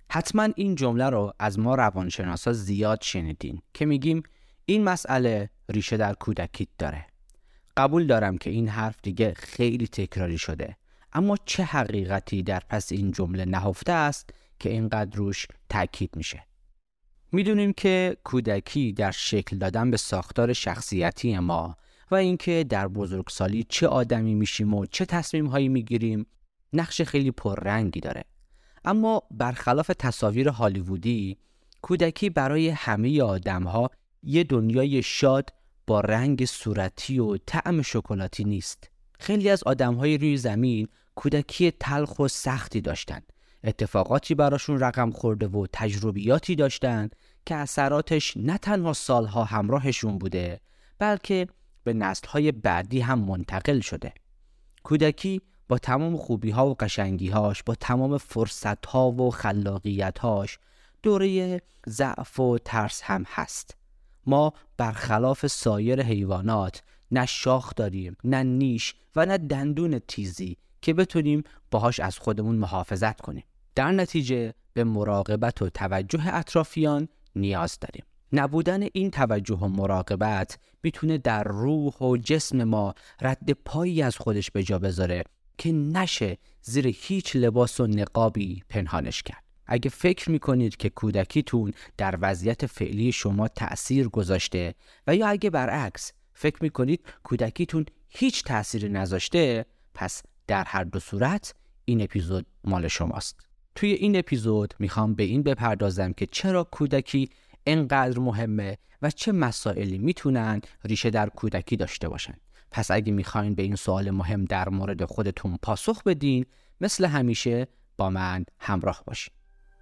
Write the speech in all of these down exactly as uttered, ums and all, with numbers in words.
حتما این جمله رو از ما روانشناسا زیاد شنیدین که میگیم این مسئله ریشه در کودکیت داره. قبول دارم که این حرف دیگه خیلی تکراری شده، اما چه حقیقتی در پس این جمله نهفته است که اینقدر روش تاکید میشه؟ میدونیم که کودکی در شکل دادن به ساختار شخصیتی ما و اینکه در بزرگسالی چه آدمی میشیم و چه تصمیم‌هایی میگیریم نقش خیلی پررنگی داره. اما برخلاف تصاویر هالیوودی، کودکی برای همه آدم‌ها یه دنیای شاد با رنگ صورتی و طعم شکلاتی نیست. خیلی از آدم‌های روی زمین کودکی تلخ و سختی داشتن. اتفاقاتی براشون رقم خورده و تجربیاتی داشتن که اثراتش نه تنها سالها همراهشون بوده، بلکه به نسل‌های بعدی هم منتقل شده. کودکی با تمام خوبی‌ها و قشنگی‌هاش، با تمام فرصت‌ها و خلاقیت‌هاش، دوره ضعف و ترس هم هست. ما برخلاف سایر حیوانات نه شاخ داریم، نه نیش و نه دندون تیزی که بتونیم باهاش از خودمون محافظت کنیم. در نتیجه به مراقبت و توجه اطرافیان نیاز داریم. نبودن این توجه و مراقبت میتونه در روح و جسم ما رد پایی از خودش به جا بذاره که نشه زیر هیچ لباس و نقابی پنهانش کرد. اگه فکر میکنید که کودکیتون در وضعیت فعلی شما تأثیر گذاشته و یا اگه برعکس فکر میکنید کودکیتون هیچ تأثیری نذاشته، پس در هر دو صورت این اپیزود مال شماست. توی این اپیزود میخوام به این بپردازم که چرا کودکی اینقدر مهمه و چه مسائلی میتونن ریشه در کودکی داشته باشن. پس اگه میخواین به این سوال مهم در مورد خودتون پاسخ بدین، مثل همیشه با من همراه باشین.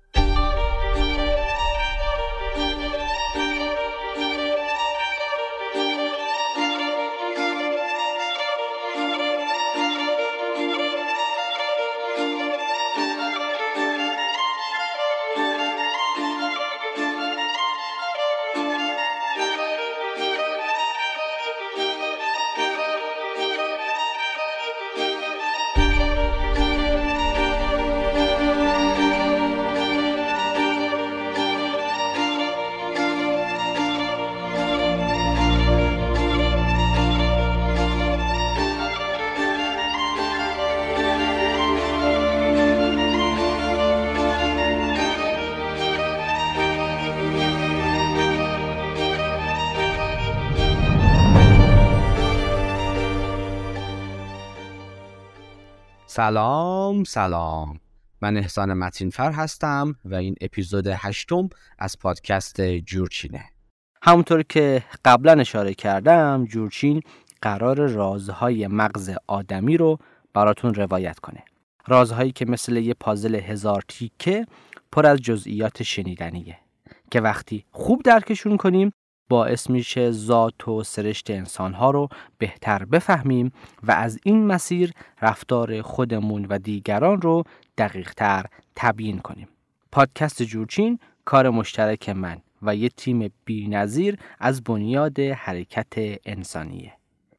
سلام سلام، من احسان متینفر هستم و این اپیزود هشتم از پادکست جورچینه. همونطور که قبلا اشاره کردم، جورچین قرار رازهای مغز آدمی رو براتون روایت کنه. رازهایی که مثل یه پازل هزار تیکه پر از جزئیات شنیدنیه که وقتی خوب درکشون کنیم باعث میشه ذات و سرشت انسانها رو بهتر بفهمیم و از این مسیر رفتار خودمون و دیگران رو دقیق‌تر تبیین کنیم. پادکست جورچین کار مشترک من و یه تیم بی‌نظیر از بنیاد حرکت انسانیه.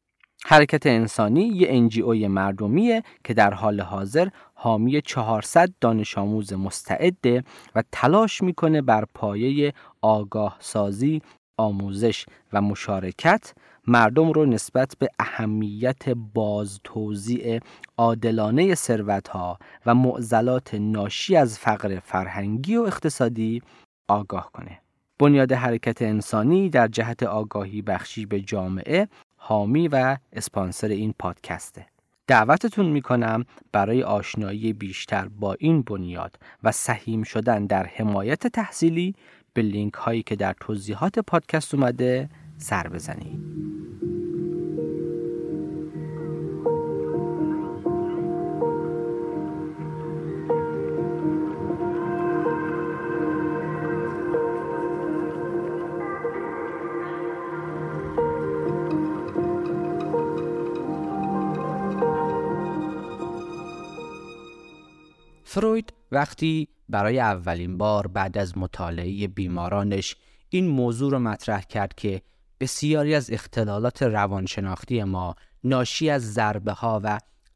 حرکت انسانی یه ان جی او مردمیه که در حال حاضر حامی چهارصد دانش آموز مستعده و تلاش میکنه بر پایه آگاه سازی، آموزش و مشارکت مردم رو نسبت به اهمیت باز توزیع عادلانه ثروت‌ها و معضلات ناشی از فقر فرهنگی و اقتصادی آگاه کنه. بنیاد حرکت انسانی در جهت آگاهی بخشی به جامعه حامی و اسپانسر این پادکسته. دعوتتون میکنم برای آشنایی بیشتر با این بنیاد و سهیم شدن در حمایت تحصیلی به لینک هایی که در توضیحات پادکست اومده سر بزنید. فروید وقتی برای اولین بار بعد از مطالعه بیمارانش این موضوع رو مطرح کرد که بسیاری از اختلالات روانشناختی ما ناشی از ضربه ها و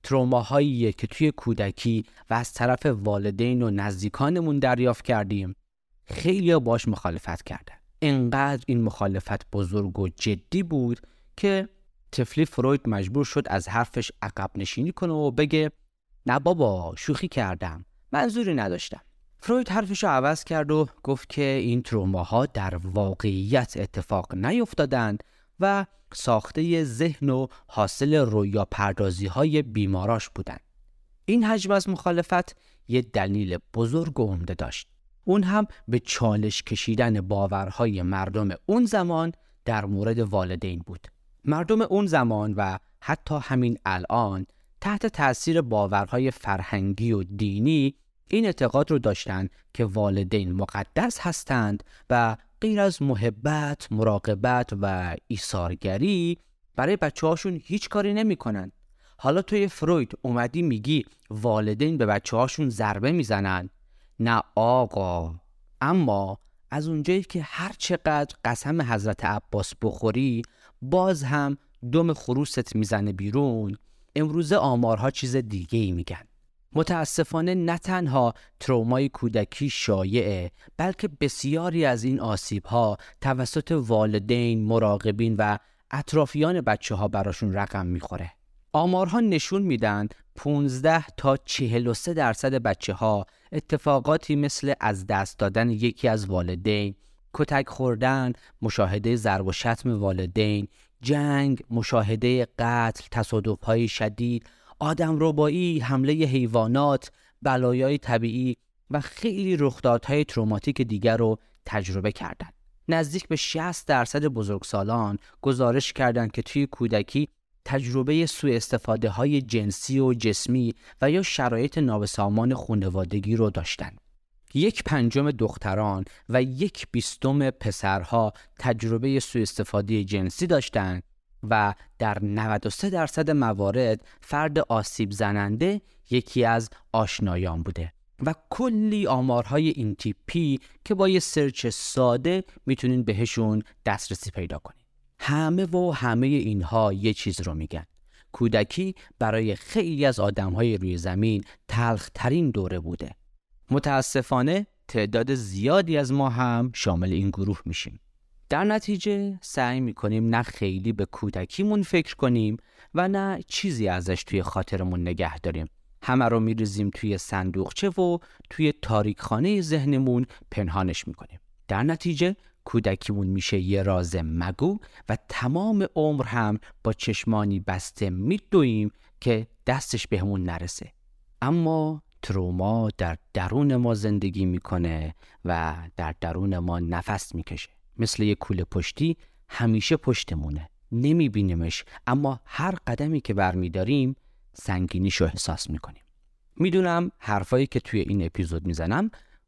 تروماهایی که توی کودکی و از طرف والدین و نزدیکانمون دریافت کردیم، خیلی باش مخالفت کردن. انقدر این مخالفت بزرگ و جدی بود که طفلی فروید مجبور شد از حرفش عقب نشینی کنه و بگه نه بابا شوخی کردم، منظوری نداشتم. فروید حرفشو عوض کرد و گفت که این تروماها در واقعیت اتفاق نیفتادند و ساخته ذهن و حاصل رویا پردازی های بیماراش بودن. این حجم از مخالفت یه دلیل بزرگ و عمده داشت. اون هم به چالش کشیدن باورهای مردم اون زمان در مورد والدین بود. مردم اون زمان و حتی همین الان تحت تأثیر باورهای فرهنگی و دینی این اعتقاد رو داشتن که والدین مقدس هستند و غیر از محبت، مراقبت و ایثارگری برای بچه هاشون هیچ کاری نمی کنن. حالا توی فروید اومدی میگی والدین به بچه هاشون ضربه میزنن؟ نه آقا. اما از اونجایی که هر چقدر قسم حضرت عباس بخوری باز هم دم خروست میزنه بیرون، امروزه آمارها چیز دیگه ای میگن. متاسفانه نه تنها ترومای کودکی شایعه، بلکه بسیاری از این آسیب‌ها توسط والدین، مراقبین و اطرافیان بچه‌ها براشون رقم میخوره. آمارها نشون میدن پانزده تا چهل و سه درصد بچه‌ها اتفاقاتی مثل از دست دادن یکی از والدین، کتک خوردن، مشاهده ضرب و شتم والدین، جنگ، مشاهده قتل، تصادف‌های شدید، آدمربایی، حمله حیوانات، بلایای طبیعی و خیلی رخدادهای تروماتیک دیگر رو تجربه کردند. نزدیک به شصت درصد بزرگسالان گزارش کردند که توی کودکی تجربه سوء استفاده های جنسی و جسمی و یا شرایط نابسامان خانوادگی رو داشتند. یک پنجم دختران و یک بیستم پسرها تجربه سوء استفاده جنسی داشتند و در نود و سه درصد موارد فرد آسیب زننده یکی از آشنایان بوده و کلی آمارهای این تیپی که با یه سرچ ساده میتونین بهشون دسترسی پیدا کنین. همه و همه اینها یه چیز رو میگن: کودکی برای خیلی از آدمهای روی زمین تلخ ترین دوره بوده. متاسفانه تعداد زیادی از ما هم شامل این گروه میشیم. در نتیجه سعی میکنیم نه خیلی به کودکیمون فکر کنیم و نه چیزی ازش توی خاطرمون نگه داریم. همه رو میریزیم توی صندوقچه و توی تاریکخانه ذهنمون پنهانش میکنیم. در نتیجه کودکیمون میشه یه راز مگو و تمام عمر هم با چشمانی بسته میدویم که دستش بهمون نرسه. اما تروما در درون ما زندگی میکنه و در درون ما نفس میکشه. مثل یه کوله پشتی همیشه پشتمونه، نمیبینیمش، اما هر قدمی که برمیداریم سنگینیشو احساس میکنیم. میدونم حرفایی که توی این اپیزود میزنم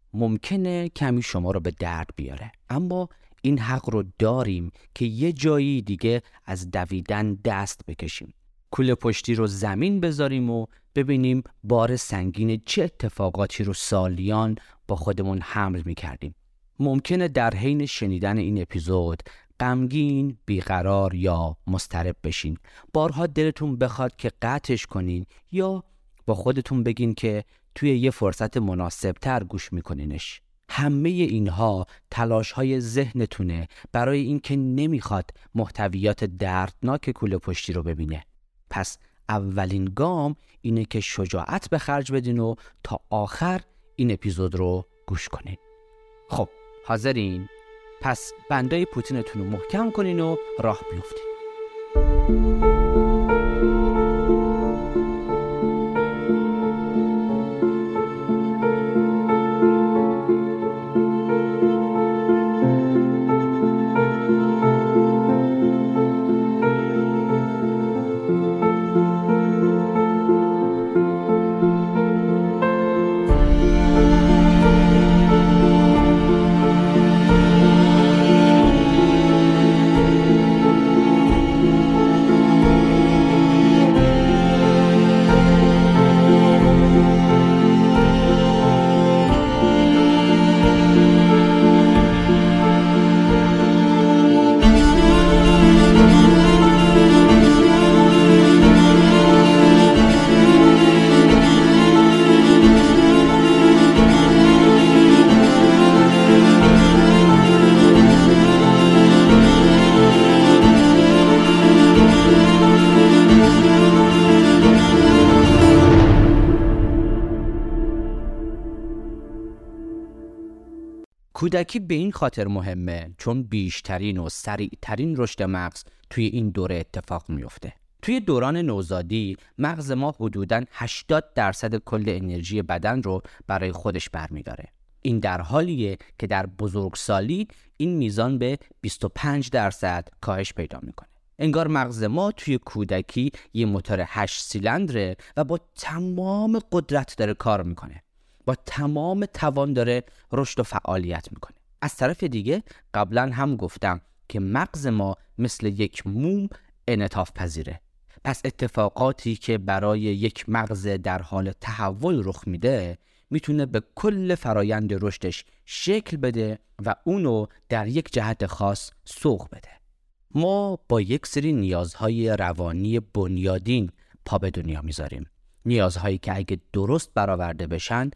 ممکنه کمی شما رو به درد بیاره، اما این حق رو داریم که یه جایی دیگه از دویدن دست بکشیم، کوله پشتی رو زمین بذاریم و ببینیم بار سنگین چه اتفاقاتی رو سالیان با خودمون حمل میکردیم. ممکنه در حین شنیدن این اپیزود غمگین، بیقرار یا مضطرب بشین. بارها دلتون بخواد که قطعش کنین یا با خودتون بگین که توی یه فرصت مناسب تر گوش میکنینش. همه اینها تلاش‌های ذهنتونه برای اینکه نمیخواد محتویات دردناک کوله پشتی رو ببینه. پس اولین گام اینه که شجاعت به خرج بدین و تا آخر این اپیزود رو گوش کنین. خب حاضرین؟ پس بندای پوتینتون رو محکم کنین و راه بیفتین. کودکی به این خاطر مهمه چون بیشترین و سریعترین رشد مغز توی این دوره اتفاق میفته. توی دوران نوزادی مغز ما حدوداً هشتاد درصد کل انرژی بدن رو برای خودش برمی‌داره. این در حالیه که در بزرگسالی این میزان به بیست و پنج درصد کاهش پیدا میکنه. انگار مغز ما توی کودکی یه موتور هشت سیلندره و با تمام قدرت داره کار میکنه. با تمام توان داره رشد و فعالیت میکنه. از طرف دیگه قبلا هم گفتم که مغز ما مثل یک موم انعطاف پذیره. پس اتفاقاتی که برای یک مغز در حال تحول رخ میده میتونه به کل فرایند رشدش شکل بده و اونو در یک جهت خاص سوق بده. ما با یک سری نیازهای روانی بنیادین پا به دنیا میذاریم. نیازهایی که اگه درست برآورده بشن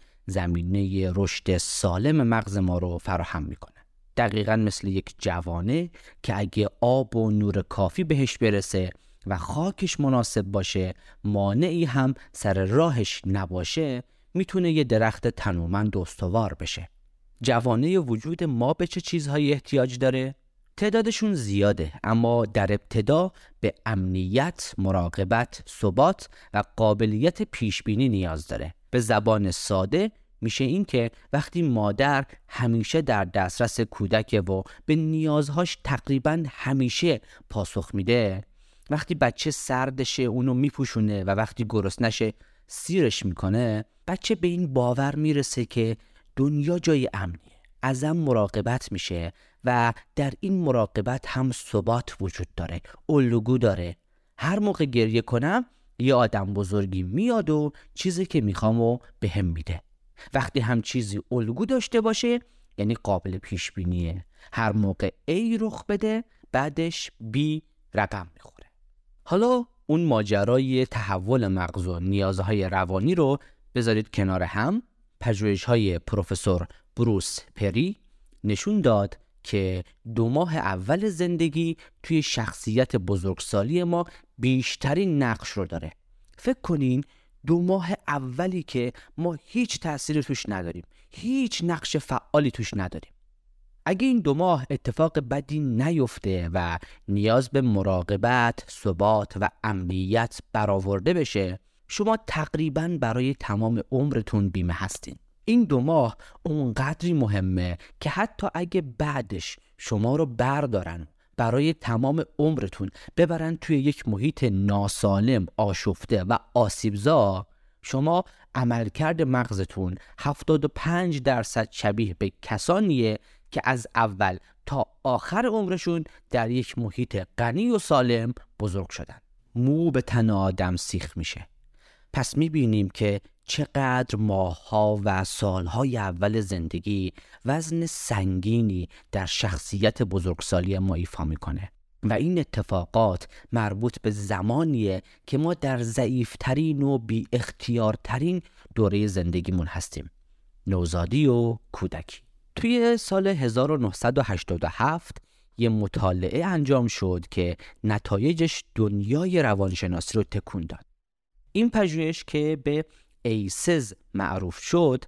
زمینه رشد سالم مغز ما رو فراهم میکنه. دقیقاً مثل یک جوانه که اگه آب و نور کافی بهش برسه و خاکش مناسب باشه، مانعی هم سر راهش نباشه، میتونه یه درخت تنومند و استوار بشه. جوانه وجود ما به چه چیزهایی احتیاج داره؟ تعدادشون زیاده، اما در ابتدا به امنیت، مراقبت، ثبات و قابلیت پیشبینی نیاز داره. به زبان ساده میشه این که وقتی مادر همیشه در دسترس کودک و به نیازهاش تقریباً همیشه پاسخ میده، وقتی بچه سردشه اونو میپوشونه و وقتی گرسنشه سیرش میکنه، بچه به این باور میرسه که دنیا جای امنیه، ازم مراقبت میشه و در این مراقبت هم ثبات وجود داره، الگو داره. هر موقع گریه کنم یه آدم بزرگی میاد و چیزی که میخوامو به هم میده. وقتی هم چیزی الگو داشته باشه یعنی قابل پیش بینیه. هر موقع A رخ بده بعدش B رقم میخوره. حالا اون ماجرای تحول مغز و نیازهای روانی رو بذارید کنار هم. پژوهش‌های پروفسور بروس پری نشون داد که دو ماه اول زندگی توی شخصیت بزرگسالی ما بیشترین نقش رو داره. فکر کنین دو ماه اولی که ما هیچ تأثیری توش نداریم، هیچ نقش فعالی توش نداریم. اگه این دو ماه اتفاق بدی نیفته و نیاز به مراقبت، ثبات و امنیت برآورده بشه، شما تقریباً برای تمام عمرتون بیمه هستین. این دو ماه اونقدری مهمه که حتی اگه بعدش شما رو بردارن برای تمام عمرتون ببرن توی یک محیط ناسالم، آشفته و آسیبزا، شما عملکرد مغزتون هفتاد و پنج درصد شبیه به کسانیه که از اول تا آخر عمرشون در یک محیط غنی و سالم بزرگ شدن. مو به تن آدم سیخ میشه. پس میبینیم که چقدر ماه‌ها و سال‌های اول زندگی وزن سنگینی در شخصیت بزرگسالی ما ایفا میکنه و این اتفاقات مربوط به زمانیه که ما در ضعیف‌ترین و بی اختیارترین دوره زندگیمون هستیم، نوزادی و کودکی. توی سال هزار و نهصد و هشتاد و هفت یه مطالعه انجام شد که نتایجش دنیای روانشناسی رو تکون داد. این پژوهش که به ایسز معروف شد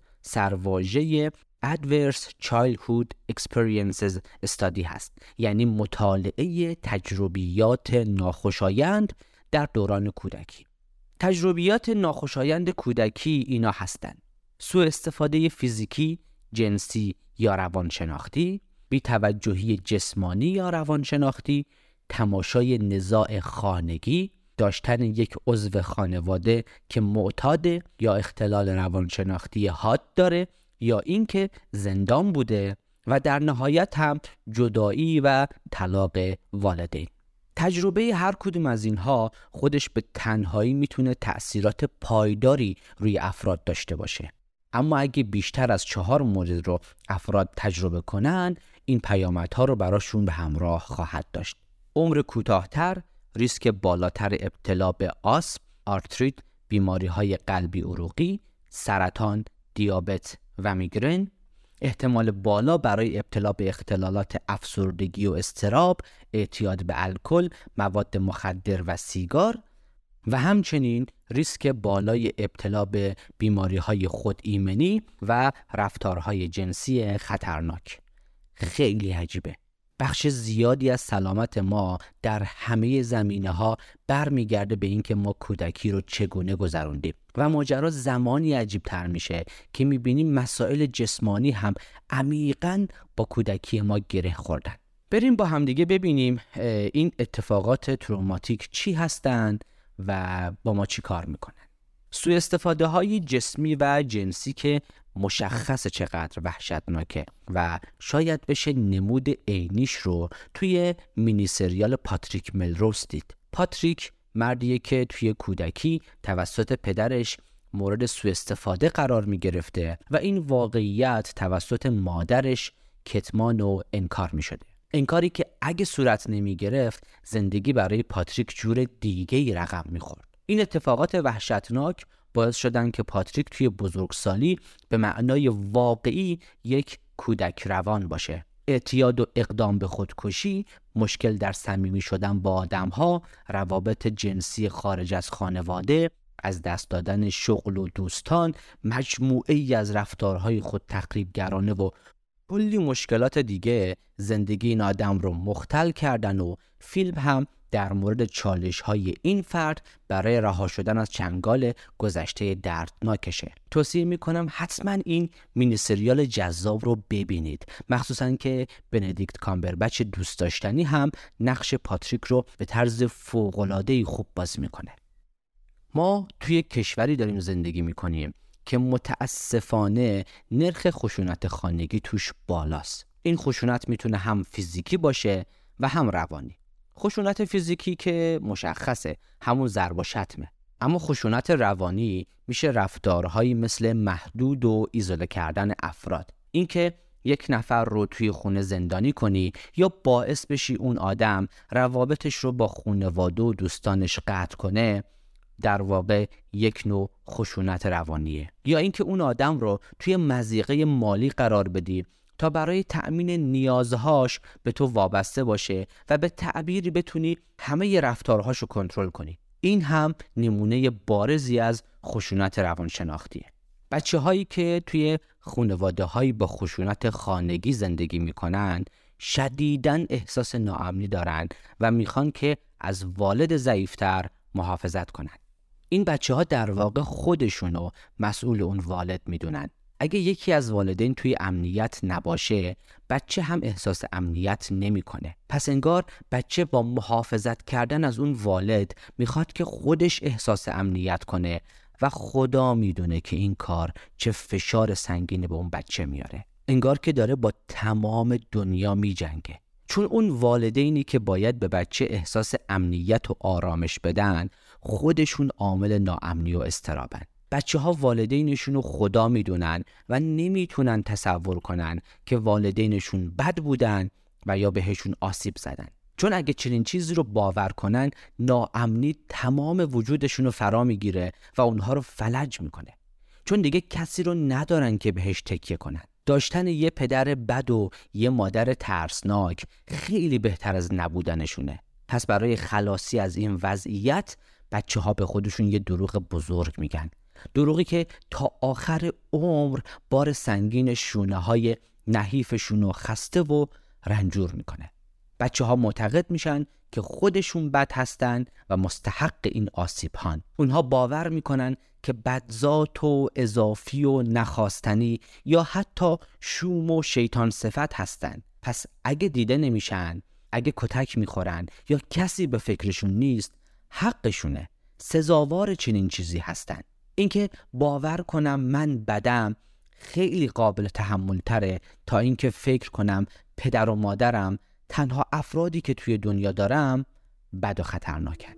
سرواژه Adverse Childhood Experiences Study هست، یعنی مطالعه تجربیات ناخوشایند در دوران کودکی. تجربیات ناخوشایند کودکی اینا هستن: سوء استفاده فیزیکی، جنسی یا روانشناختی، بی‌توجهی جسمانی یا روانشناختی، تماشای نزاع خانگی، داشتن یک عضو خانواده که معتاد یا اختلال روانشناختی حاد داره یا اینکه زندان بوده و در نهایت هم جدایی و طلاق والدین. تجربه هر کدوم از اینها خودش به تنهایی میتونه تأثیرات پایداری روی افراد داشته باشه، اما اگه بیشتر از چهار مورد رو افراد تجربه کنن، این پیامدها رو براشون به همراه خواهد داشت: عمر کوتاه‌تر، ریسک بالاتر ابتلا به آسم، آرتریت، بیماری‌های قلبی عروقی، سرطان، دیابت و میگرن، احتمال بالا برای ابتلا به اختلالات افسردگی و اضطراب، اعتیاد به الکل، مواد مخدر و سیگار و همچنین ریسک بالای ابتلا به بیماری‌های خود ایمنی و رفتارهای جنسی خطرناک. خیلی عجیبه. بخش زیادی از سلامت ما در همه زمینه‌ها برمیگرده به اینکه ما کودکی رو چگونه گذروندیم و ماجرا زمانی عجیب تر میشه که میبینیم مسائل جسمانی هم عمیقاً با کودکی ما گره خوردن. بریم با همدیگه ببینیم این اتفاقات تروماتیک چی هستند و با ما چی کار میکنن. سوء استفاده های جسمی و جنسی که مشخص چقدر وحشتناکه و شاید بشه نمود عینیش رو توی مینی سریال پاتریک ملروز دید. پاتریک مردیه که توی کودکی توسط پدرش مورد سوء استفاده قرار می گرفته و این واقعیت توسط مادرش کتمان و انکار می شده. انکاری که اگه صورت نمی گرفت زندگی برای پاتریک جور دیگه‌ای رقم می خورد. این اتفاقات وحشتناک باعث شدن که پاتریک توی بزرگسالی به معنای واقعی یک کودک روان باشه. اعتیاد و اقدام به خودکشی، مشکل در صمیمی شدن با آدم‌ها، روابط جنسی خارج از خانواده، از دست دادن شغل و دوستان، مجموعه‌ای از رفتارهای خود تخریبگرانه و کلی مشکلات دیگه زندگی این آدم رو مختل کردن و فیلم هم در مورد چالش‌های این فرد برای رها شدن از چنگال گذشته دردناکشه. توصیه می‌کنم حتما این مینی سریال جذاب رو ببینید، مخصوصاً که بندیکت کامبربچ دوست داشتنی هم نقش پاتریک رو به طرز فوق‌العاده‌ای خوب بازی می‌کنه. ما توی کشوری داریم زندگی می‌کنیم که متاسفانه نرخ خشونت خانگی توش بالاست. این خشونت میتونه هم فیزیکی باشه و هم روانی. خشونت فیزیکی که مشخصه همون ضرب و شتمه، اما خشونت روانی میشه رفتارهایی مثل محدود و ایزوله کردن افراد. اینکه یک نفر رو توی خونه زندانی کنی یا باعث بشی اون آدم روابطش رو با خانواده و دوستانش قطع کنه، در واقع یک نوع خشونت روانیه. یا اینکه اون آدم رو توی مضیقه مالی قرار بدی تا برای تأمین نیازهاش به تو وابسته باشه و به تعبیری بتونی همه رفتارهاشو کنترل کنی. این هم نمونه بارزی از خشونت روانشناختیه. بچه هایی که توی خانواده هایی با خشونت خانگی زندگی میکنن شدیداً احساس ناامنی دارن و میخوان که از والد ضعیفتر محافظت کنن. این بچه ها در واقع خودشونو مسئول اون والد میدونن. اگه یکی از والدین توی امنیت نباشه، بچه هم احساس امنیت نمیکنه. پس انگار بچه با محافظت کردن از اون والد میخواد که خودش احساس امنیت کنه و خدا میدونه که این کار چه فشار سنگینی به اون بچه میاره. انگار که داره با تمام دنیا میجنگه. چون اون والدینی که باید به بچه احساس امنیت و آرامش بدن، خودشون عامل ناامنی و اضطرابن. بچه ها والدینشون رو خدا میدونن و نمیتونن تصور کنن که والدینشون بد بودن و یا بهشون آسیب زدن. چون اگه چنین چیزی رو باور کنن، ناامنی تمام وجودشون رو فرا میگیره و اونها رو فلج میکنه. چون دیگه کسی رو ندارن که بهش تکیه کنن. داشتن یه پدر بد و یه مادر ترسناک خیلی بهتر از نبودنشونه. پس برای خلاصی از این وضعیت بچه ها به خودشون یه دروغ بزرگ میگن. دروغی که تا آخر عمر بار سنگین شونه های نحیفشون رو خسته و رنجور میکنه. بچه ها معتقد میشن که خودشون بد هستن و مستحق این آسیب هان. اونها باور میکنن که بدذات و اضافی و نخواستنی یا حتی شوم و شیطان صفت هستن. پس اگه دیده نمیشن، اگه کتک میخورن یا کسی به فکرشون نیست، حقشونه، سزاوار چنین چیزی هستن. اینکه باور کنم من بدم خیلی قابل تحمل تره تا اینکه فکر کنم پدر و مادرم تنها افرادی که توی دنیا دارم بد و خطرناکن.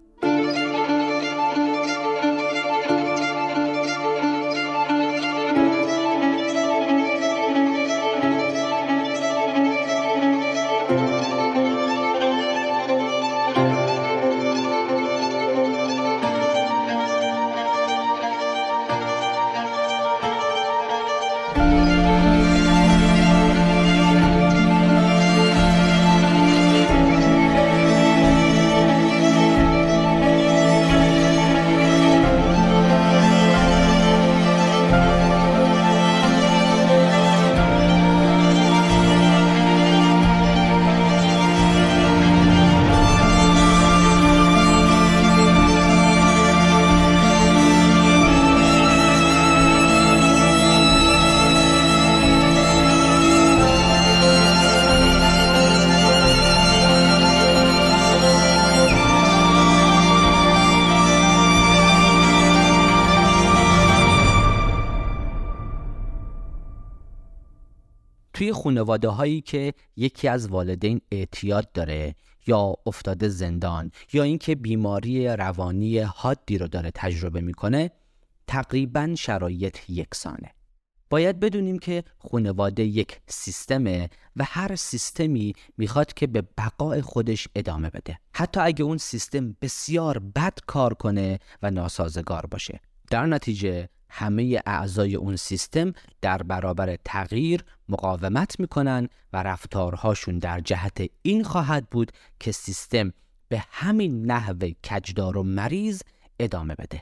خانواده هایی که یکی از والدین اعتیاد داره یا افتاده زندان یا اینکه بیماری روانی حادی رو داره تجربه میکنه تقریباً شرایط یکسانه. باید بدونیم که خانواده یک سیستمه و هر سیستمی میخواد که به بقای خودش ادامه بده، حتی اگه اون سیستم بسیار بد کار کنه و ناسازگار باشه. در نتیجه همه اعضای اون سیستم در برابر تغییر مقاومت میکنن و رفتارهاشون در جهت این خواهد بود که سیستم به همین نحو کجدار و مریض ادامه بده.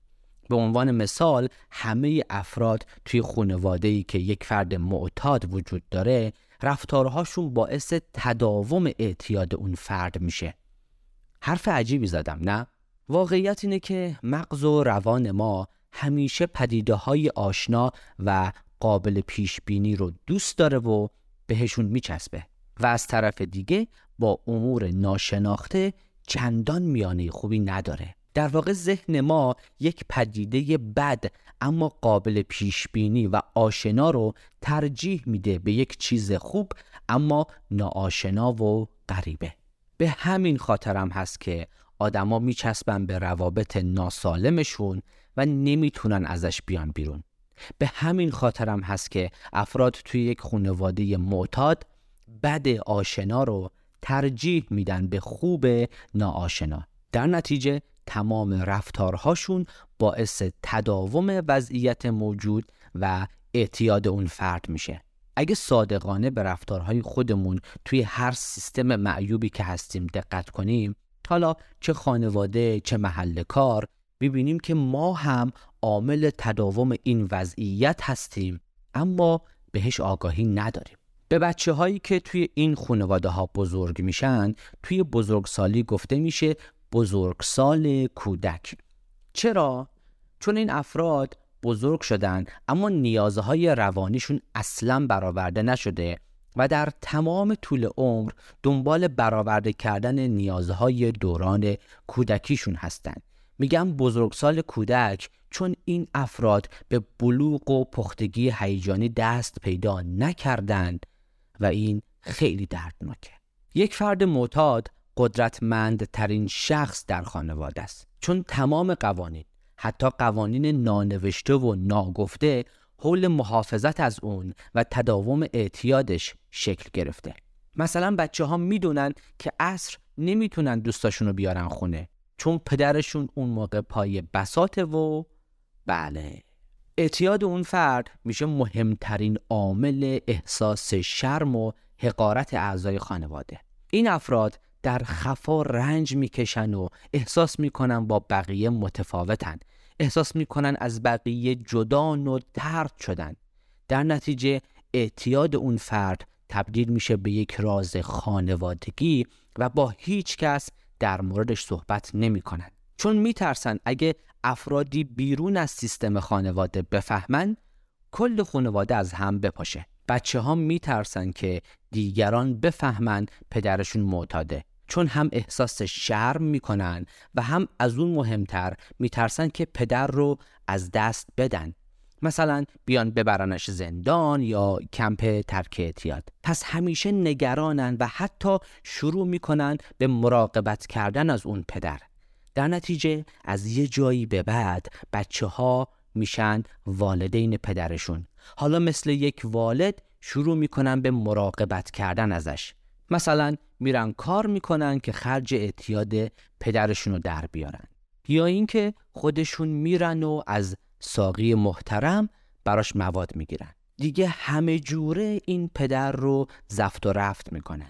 به عنوان مثال همه افراد توی خانواده‌ای که یک فرد معتاد وجود داره رفتارهاشون باعث تداوم اعتیاد اون فرد میشه. حرف عجیبی زدم نه؟ واقعیت اینه که مغز و روان ما همیشه پدیده‌های آشنا و قابل پیش بینی رو دوست داره و بهشون میچسبه و از طرف دیگه با امور ناشناخته چندان میانه خوبی نداره. در واقع ذهن ما یک پدیده بد اما قابل پیش بینی و آشنا رو ترجیح میده به یک چیز خوب اما ناآشنا و غریبه. به همین خاطرم هست که آدما میچسبن به روابط ناسالمشون و نمیتونن ازش بیان بیرون. به همین خاطرم هست که افراد توی یک خانواده معتاد بد آشنا رو ترجیح میدن به خوب ناآشنا. در نتیجه تمام رفتارهاشون باعث تداوم وضعیت موجود و اعتیاد اون فرد میشه. اگه صادقانه به رفتارهای خودمون توی هر سیستم معیوبی که هستیم دقت کنیم، حالا چه خانواده چه محل کار، ببینیم که ما هم عامل تداوم این وضعیت هستیم اما بهش آگاهی نداریم. به بچه هایی که توی این خانواده ها بزرگ میشن توی بزرگسالی گفته میشه بزرگسال کودک. چرا؟ چون این افراد بزرگ شدن اما نیازهای روانیشون اصلاً برآورده نشده و در تمام طول عمر دنبال برآورده کردن نیازهای دوران کودکیشون هستن. میگم بزرگسال کودک چون این افراد به بلوغ و پختگی هیجانی دست پیدا نکردند و این خیلی دردناکه. یک فرد معتاد قدرتمندترین شخص در خانواده است، چون تمام قوانین، حتی قوانین نانوشته و ناگفته، حول محافظت از اون و تداوم اعتیادش شکل گرفته. مثلا بچه ها میدونن که عصر نمیتونن دوستاشون رو بیارن خونه چون پدرشون اون موقع پای بساطه و بله. اعتیاد اون فرد میشه مهمترین عامل احساس شرم و حقارت اعضای خانواده. این افراد در خفا رنج میکشن و احساس میکنن با بقیه متفاوتن، احساس میکنن از بقیه جدان و طرد شدن. در نتیجه اعتیاد اون فرد تبدیل میشه به یک راز خانوادگی و با هیچ کس در موردش صحبت نمیکنن، چون میترسن اگه افرادی بیرون از سیستم خانواده بفهمن کل خانواده از هم بپاشه. بچه ها میترسن که دیگران بفهمن پدرشون معتاده، چون هم احساس شرم میکنن و هم از اون مهمتر میترسن که پدر رو از دست بدن، مثلا بیان ببرنش زندان یا کمپ ترک اعتیاد. پس همیشه نگرانن و حتی شروع میکنن به مراقبت کردن از اون پدر. در نتیجه از یه جایی به بعد بچه ها میشن والدین پدرشون. حالا مثل یک والد شروع میکنن به مراقبت کردن ازش. مثلا میرن کار میکنن که خرج اعتیاد پدرشون رو در بیارن، یا اینکه خودشون میرن و از ساقی محترم براش مواد میگیرن. دیگه همه جوره این پدر رو زفت و رفت میکنن.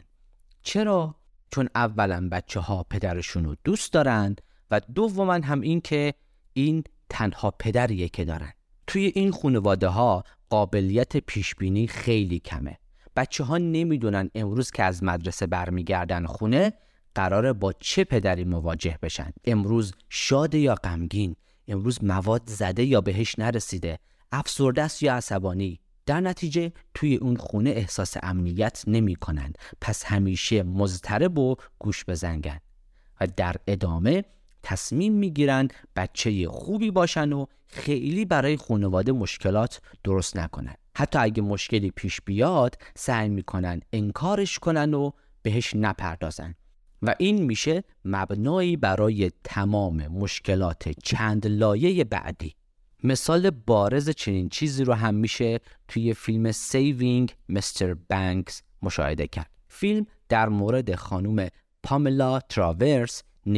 چرا؟ چون اولا بچه ها پدرشون رو دوست دارن و دوما هم این که این تنها پدریه که دارن. توی این خانواده ها قابلیت پیشبینی خیلی کمه. بچه ها نمیدونن امروز که از مدرسه برمیگردن خونه قراره با چه پدری مواجه بشن. امروز شاده یا غمگین، امروز مواد زده یا بهش نرسیده، افسرده است یا عصبانی. در نتیجه توی اون خونه احساس امنیت نمی کنن. پس همیشه مضطرب و گوش بزنگن و در ادامه تصمیم میگیرن بچه خوبی باشن و خیلی برای خانواده مشکلات درست نکنن. حتی اگه مشکلی پیش بیاد سعی میکنن انکارش کنن و بهش نپردازن و این میشه مبنایی برای تمام مشکلات چند لایه بعدی. مثال بارز چنین چیزی رو هم میشه توی فیلم Saving میستر بانکس مشاهده کرد. فیلم در مورد خانم پاملا تراورس،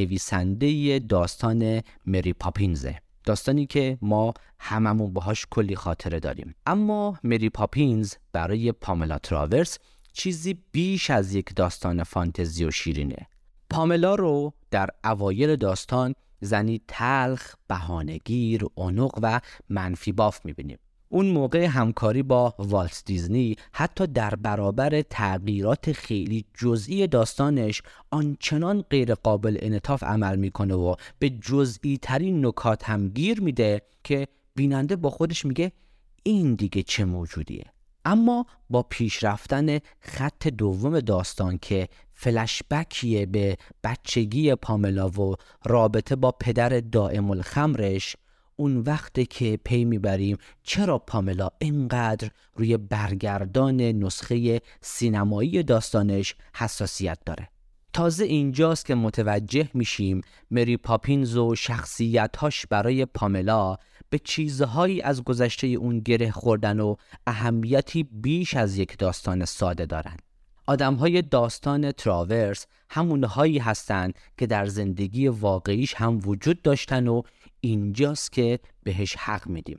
نویسنده داستان مری پاپینزه، داستانی که ما هممون باهاش کلی خاطره داریم. اما مری پاپینز برای پاملا تراورس چیزی بیش از یک داستان فانتزی و شیرینه. پاملا رو در اوایل داستان زنی تلخ، بهانه‌گیر، عنق و منفی باف می‌بینیم. اون موقع همکاری با والت دیزنی حتی در برابر تغییرات خیلی جزئی داستانش آنچنان غیر قابل انعطاف عمل میکنه و به جزئی ترین نکات هم گیر میده که بیننده با خودش میگه این دیگه چه موجودیه. اما با پیش رفتن خط دوم داستان که فلشبکیه به بچگی پاملا و رابطه با پدر دائم الخمرش، اون وقته که پی میبریم چرا پاملا اینقدر روی برگردان نسخه سینمایی داستانش حساسیت داره. تازه اینجاست که متوجه میشیم مری پاپینز و شخصیتاش برای پاملا به چیزهایی از گذشته اون گره خوردن و اهمیتی بیش از یک داستان ساده دارن. آدمهای داستان تراورس همونهایی هستن که در زندگی واقعیش هم وجود داشتن و اینجاست که بهش حق میدیم.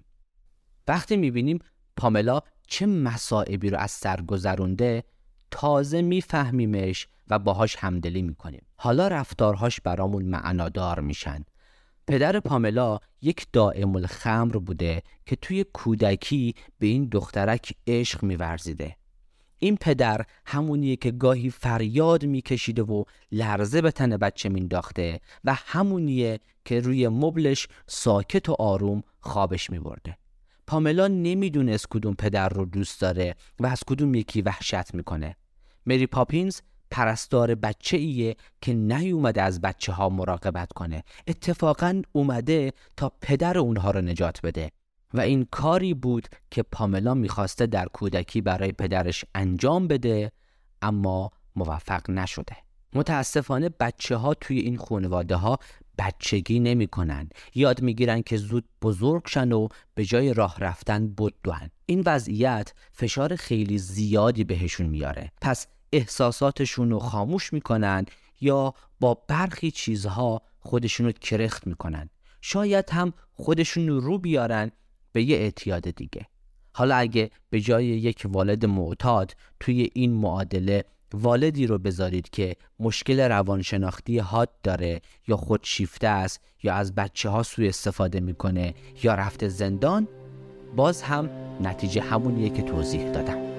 وقتی میبینیم پاملا چه مصائبی رو از سر گذرونده تازه میفهمیمش و باهاش همدلی میکنیم. حالا رفتارهاش برامون معنادار میشن. پدر پاملا یک دائم الخمر بوده که توی کودکی به این دخترک عشق میورزیده. این پدر همونیه که گاهی فریاد میکشیده و لرزه به تن بچه مینداخته و همونیه که روی مبلش ساکت و آروم خوابش میبرده. پاملا نمیدونست کدوم پدر رو دوست داره و از کدوم یکی وحشت میکنه. مری پاپینز پرستار بچه ایه که نیومده از بچه ها مراقبت کنه، اتفاقاً اومده تا پدر اونها رو نجات بده و این کاری بود که پاملا میخواسته در کودکی برای پدرش انجام بده اما موفق نشده. متاسفانه بچه ها توی این خانواده ها بچگی نمی کنن. یاد میگیرن که زود بزرگ شن و به جای راه رفتن بدوئن. این وضعیت فشار خیلی زیادی بهشون میاره. پس احساساتشون رو خاموش میکنن یا با برخی چیزها خودشون رو کرخت میکنن. شاید هم خودشون رو رو بیارن به یه اعتیاد دیگه. حالا اگه به جای یک والد معتاد توی این معادله والدی رو بذارید که مشکل روانشناختی حاد داره یا خودشیفته است یا از بچه ها سوء استفاده میکنه یا رفته زندان، باز هم نتیجه همونیه که توضیح دادم.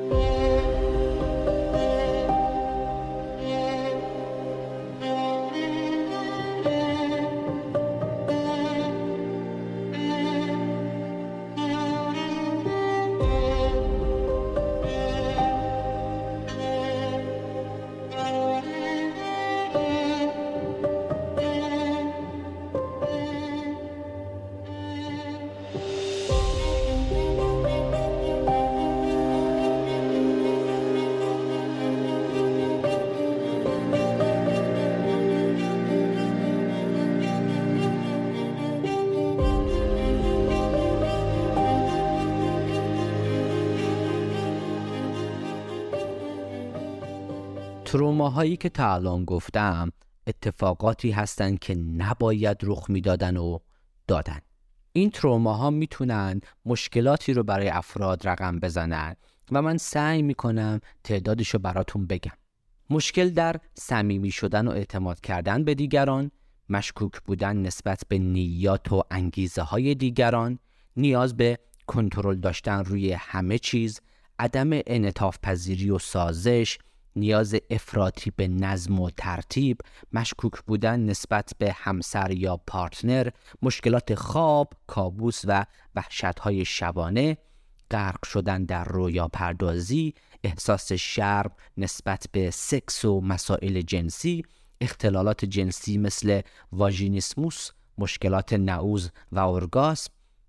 تروماهایی که تا الان گفتم اتفاقاتی هستن که نباید رخ میدادن و دادن. این تروماها میتونن مشکلاتی رو برای افراد رقم بزنن و من سعی میکنم تعدادشو براتون بگم. مشکل در صمیمی شدن و اعتماد کردن به دیگران، مشکوک بودن نسبت به نیات و انگیزه های دیگران، نیاز به کنترل داشتن روی همه چیز، عدم انعطاف پذیری و سازش، نیاز افراطی به نظم و ترتیب، مشکوک بودن نسبت به همسر یا پارتنر، مشکلات خواب، کابوس و وحشت‌های شبانه، غرق شدن در رویا پردازی، احساس شرم نسبت به سکس و مسائل جنسی، اختلالات جنسی مثل واژینیسموس، مشکلات نعوذ و ارگاسم،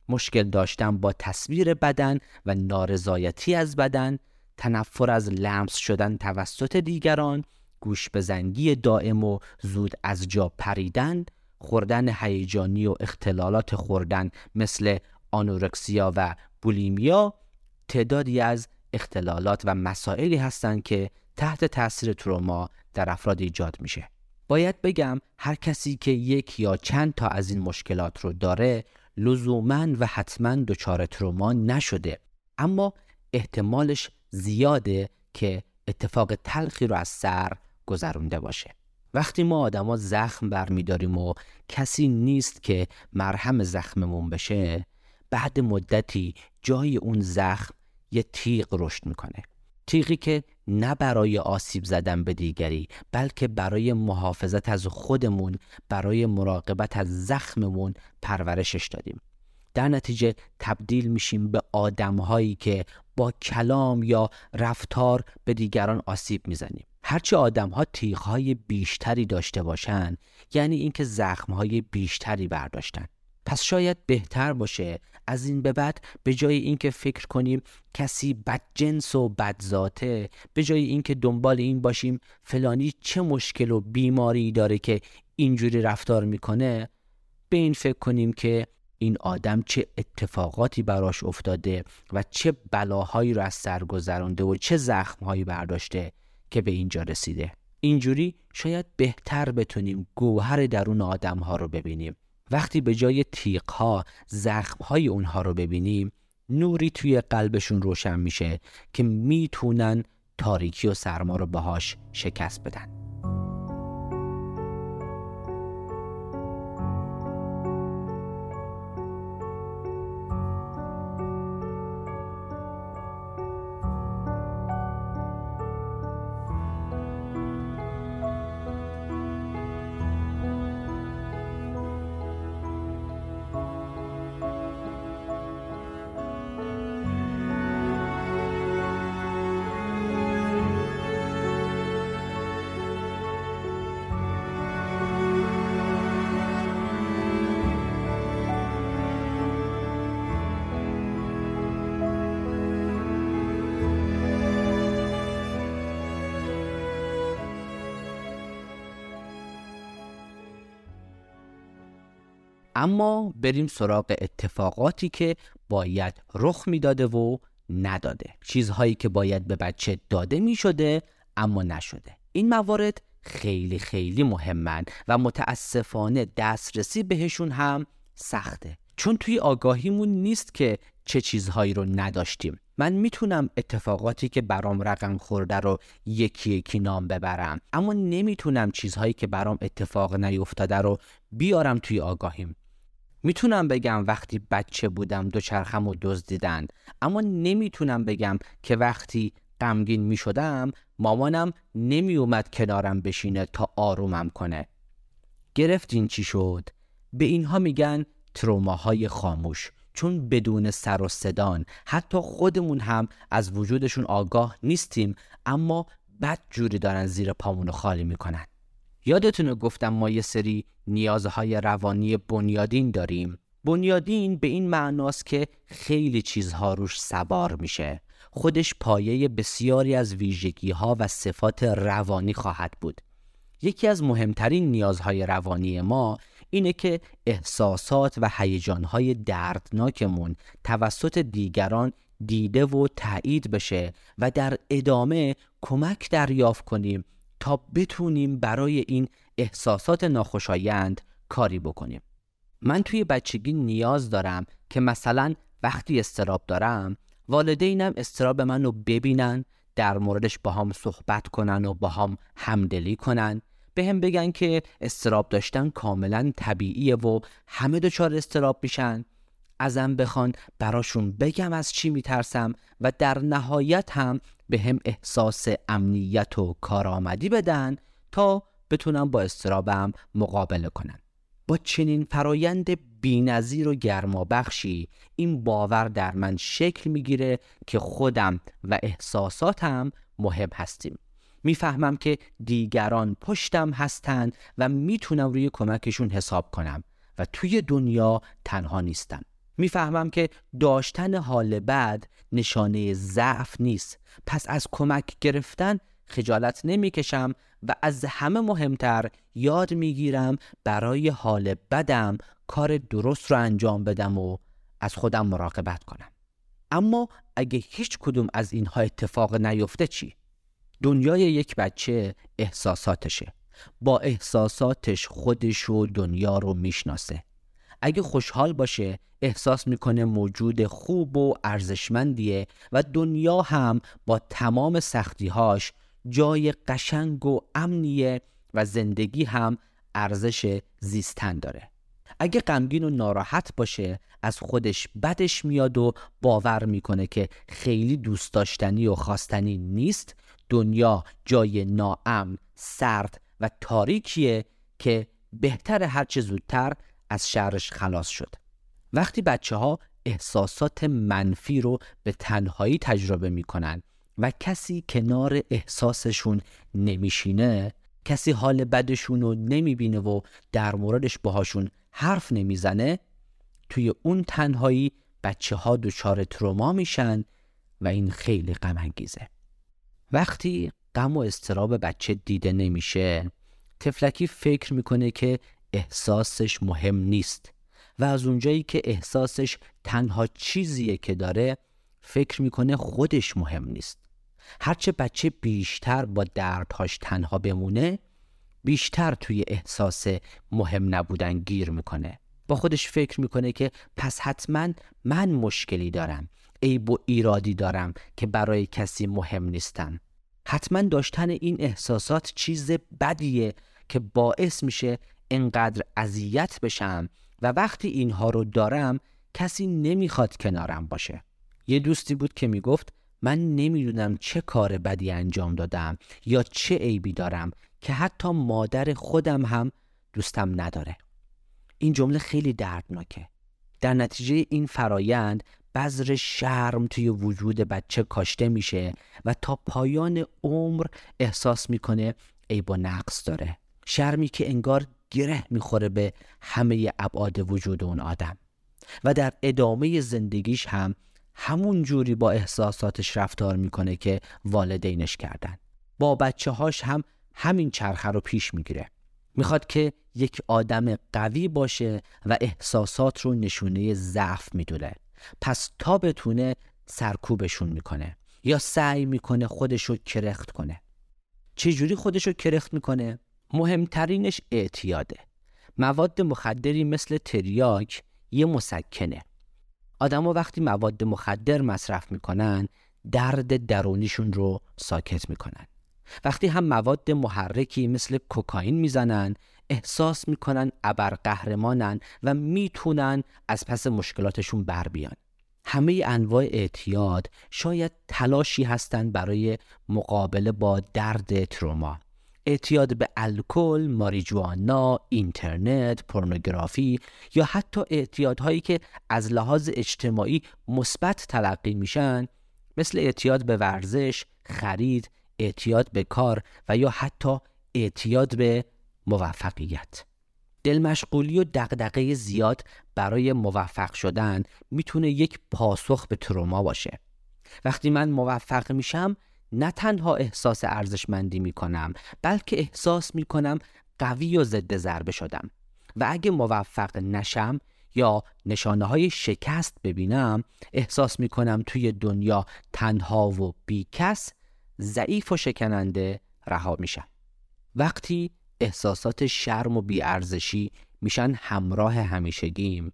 مشکل داشتن با تصویر بدن و نارضایتی از بدن، تنفر از لمس شدن توسط دیگران، گوش به زنگی دائم و زود از جا پریدن، خوردن هیجانی و اختلالات خوردن مثل آنورکسیا و بولیمیا، تعدادی از اختلالات و مسائلی هستند که تحت تاثیر تروما در افراد ایجاد میشه. باید بگم هر کسی که یک یا چند تا از این مشکلات رو داره لزوماً و حتماً دچار تروما نشده، اما احتمالش زیاده که اتفاق تلخی رو از سر گذرونده باشه. وقتی ما آدما زخم برمیداریم و کسی نیست که مرهم زخممون بشه، بعد مدتی جای اون زخم یه تیغ رشد میکنه. تیغی که نه برای آسیب زدن به دیگری بلکه برای محافظت از خودمون، برای مراقبت از زخممون پرورشش دادیم. در نتیجه تبدیل میشیم به آدم‌هایی که با کلام یا رفتار به دیگران آسیب میزنیم. هرچه آدم‌ها تیغ‌های بیشتری داشته باشن، یعنی اینکه زخم‌های بیشتری برداشتن. پس شاید بهتر باشه از این به بعد به جای اینکه فکر کنیم کسی بدجنس و بدذاته، به جای اینکه دنبال این باشیم فلانی چه مشکل و بیماری داره که اینجوری رفتار میکنه، به این فکر کنیم که این آدم چه اتفاقاتی براش افتاده و چه بلاهایی رو از سر گذرونده و چه زخمهایی برداشته که به اینجا رسیده. اینجوری شاید بهتر بتونیم گوهر درون آدم‌ها رو ببینیم. وقتی به جای تیغ‌ها زخم‌های اونها رو ببینیم، نوری توی قلبشون روشن میشه که میتونن تاریکی و سرما رو باهاش شکست بدن. اما بریم سراغ اتفاقاتی که باید رخ میداده و نداده، چیزهایی که باید به بچه داده می شده اما نشده. این موارد خیلی خیلی مهمن و متاسفانه دسترسی بهشون هم سخته، چون توی آگاهیمون نیست که چه چیزهایی رو نداشتیم. من میتونم اتفاقاتی که برام رقم خورده رو یکی یکی نام ببرم، اما نمیتونم چیزهایی که برام اتفاق نیفتاده رو بیارم توی آگاهیم. میتونم بگم وقتی بچه بودم دوچرخه‌مو دزدیدن، اما نمیتونم بگم که وقتی غمگین میشدم مامانم نمیومد کنارم بشینه تا آرومم کنه. گرفتین چی شد؟ به اینها میگن تروماهای خاموش، چون بدون سر و صدان حتی خودمون هم از وجودشون آگاه نیستیم، اما بد جوری دارن زیر پامونو خالی میکنن. یادتونه گفتم ما یه سری نیازهای روانی بنیادین داریم. بنیادین به این معناست که خیلی چیزها روش سوار میشه. خودش پایه بسیاری از ویژگی‌ها و صفات روانی خواهد بود. یکی از مهمترین نیازهای روانی ما اینه که احساسات و هیجانهای دردناکمون توسط دیگران دیده و تایید بشه و در ادامه کمک دریافت کنیم تا بتونیم برای این احساسات ناخوشایند کاری بکنیم. من توی بچگی نیاز دارم که مثلا وقتی اضطراب دارم والدینم اضطراب منو ببینن، در موردش با هم صحبت کنن و با هم همدلی کنن، به هم بگن که اضطراب داشتن کاملا طبیعیه و همه دچار اضطراب میشن، ازم بخوان براشون بگم از چی میترسم و در نهایت هم به هم احساس امنیت و کارآمدی بدن تا بتونم با اضطرابم مقابله کنن. با چنین فرایند بی‌نظیر و گرمابخشی این باور در من شکل میگیره که خودم و احساساتم مهم هستیم. میفهمم که دیگران پشتم هستن و میتونم روی کمکشون حساب کنم و توی دنیا تنها نیستم. میفهمم که داشتن حال بد نشانه ضعف نیست، پس از کمک گرفتن خجالت نمیکشم و از همه مهمتر یاد میگیرم برای حال بدم کار درست رو انجام بدم و از خودم مراقبت کنم. اما اگه هیچ کدوم از اینها اتفاق نیفته چی؟ دنیای یک بچه احساساتشه. با احساساتش خودش و دنیا رو میشناسه. اگه خوشحال باشه احساس میکنه موجود خوب و ارزشمندیه و دنیا هم با تمام سختیهاش جای قشنگ و امنیه و زندگی هم ارزش زیستن داره. اگه غمگین و ناراحت باشه از خودش بدش میاد و باور میکنه که خیلی دوست داشتنی و خواستنی نیست، دنیا جای ناامن، سرد و تاریکیه که بهتر هرچه زودتر از شرش خلاص شد. وقتی بچه ها احساسات منفی رو به تنهایی تجربه میکنن و کسی کنار احساسشون نمیشینه، کسی حال بدشون رو نمیبینه و در موردش باهاشون حرف نمیزنه، توی اون تنهایی بچه ها دچار تروما میشن و این خیلی غم انگیزه. وقتی غم و اضطراب بچه دیده نمیشه، طفلکی فکر میکنه که احساسش مهم نیست و از اونجایی که احساسش تنها چیزیه که داره فکر میکنه خودش مهم نیست. هرچه بچه بیشتر با دردهاش تنها بمونه، بیشتر توی احساس مهم نبودن گیر میکنه. با خودش فکر میکنه که پس حتما من مشکلی دارم، عیب و ایرادی دارم که برای کسی مهم نیستم. حتما داشتن این احساسات چیز بدیه که باعث میشه انقدر اذیت بشم و وقتی اینها رو دارم کسی نمیخواد کنارم باشه. یه دوستی بود که میگفت من نمیدونم چه کار بدی انجام دادم یا چه عیبی دارم که حتی مادر خودم هم دوستم نداره. این جمله خیلی دردناکه. در نتیجه این فرایند بذر شرم توی وجود بچه کاشته میشه و تا پایان عمر احساس میکنه عیب و نقص داره. شرمی که انگار گره میخوره به همه ابعاد وجود اون آدم و در ادامه زندگیش هم همون جوری با احساساتش رفتار میکنه که والدینش کردن. با بچه هاش هم همین چرخه رو پیش میگیره. میخواد که یک آدم قوی باشه و احساسات رو نشونه ضعف میدونه. پس تا بتونه سرکوبشون میکنه یا سعی میکنه خودشو کرخت کنه. چجوری خودشو کرخت میکنه؟ مهمترینش اعتیاده. مواد مخدری مثل تریاک یه مسکنه. آدم‌ها وقتی مواد مخدر مصرف میکنن درد درونیشون رو ساکت میکنن. وقتی هم مواد محرکی مثل کوکائین میزنن احساس میکنن ابرقهرمانن و میتونن از پس مشکلاتشون بر بیان. همه انواع اعتیاد شاید تلاشی هستن برای مقابله با درد تروما. اعتیاد به الکل، ماریجوانا، اینترنت، پورنوگرافی یا حتی اعتیادهایی که از لحاظ اجتماعی مثبت تلقی میشن مثل اعتیاد به ورزش، خرید، اعتیاد به کار و یا حتی اعتیاد به موفقیت. دلمشغولی و دغدغه زیاد برای موفق شدن میتونه یک پاسخ به تروما باشه. وقتی من موفق میشم نه تنها احساس ارزشمندی میکنم بلکه احساس میکنم قوی و ضد ضربه شدم و اگه موفق نشم یا نشانه های شکست ببینم احساس میکنم توی دنیا تنها و بیکس، ضعیف و شکننده رها میشم. وقتی احساسات شرم و بیارزشی میشن همراه همیشگیم،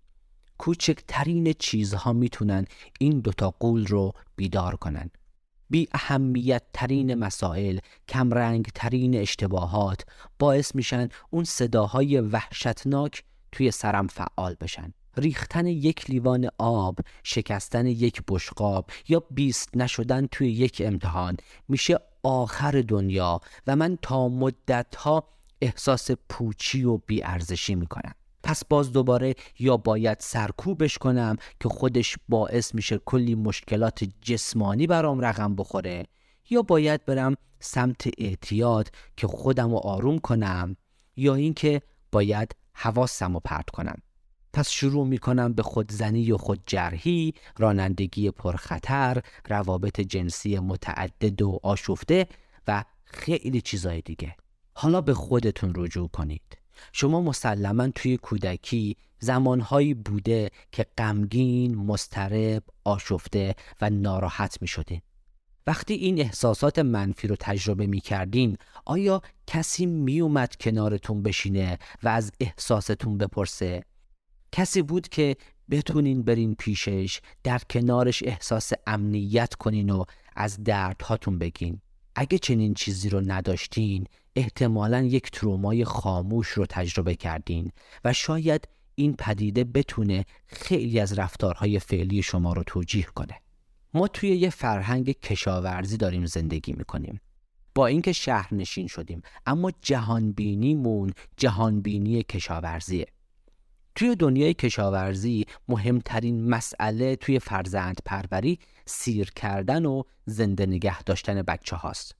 کوچکترین چیزها میتونن این دوتا غول رو بیدار کنن. بی اهمیت ترین مسائل، کم رنگ ترین اشتباهات باعث میشن اون صداهای وحشتناک توی سرم فعال بشن. ریختن یک لیوان آب، شکستن یک بشقاب یا بیست نشدن توی یک امتحان میشه آخر دنیا و من تا مدتها احساس پوچی و بی‌ارزشی میکنم. پس باز دوباره یا باید سرکوبش کنم که خودش باعث میشه کلی مشکلات جسمانی برام رقم بخوره، یا باید برم سمت اعتیاد که خودم رو آروم کنم، یا اینکه باید حواسم رو پرت کنم. پس شروع میکنم به خودزنی و خودجرحی، رانندگی پرخطر، روابط جنسی متعدد و آشفته و خیلی چیزای دیگه. حالا به خودتون رجوع کنید. شما مسلماً توی کودکی زمانهایی بوده که غمگین، مضطرب، آشفته و ناراحت می شدین. وقتی این احساسات منفی رو تجربه می کردین، آیا کسی می اومد کنارتون بشینه و از احساستون بپرسه؟ کسی بود که بتونین برین پیشش، در کنارش احساس امنیت کنین و از دردهاتون بگین؟ اگه چنین چیزی رو نداشتین، احتمالاً یک ترومای خاموش رو تجربه کردین و شاید این پدیده بتونه خیلی از رفتارهای فعلی شما رو توجیه کنه. ما توی یه فرهنگ کشاورزی داریم زندگی میکنیم. با اینکه شهرنشین شدیم، اما جهانبینیمون جهانبینی کشاورزیه. توی دنیای کشاورزی مهمترین مسئله توی فرزند پروری سیر کردن و زنده نگه داشتن بچه هاست.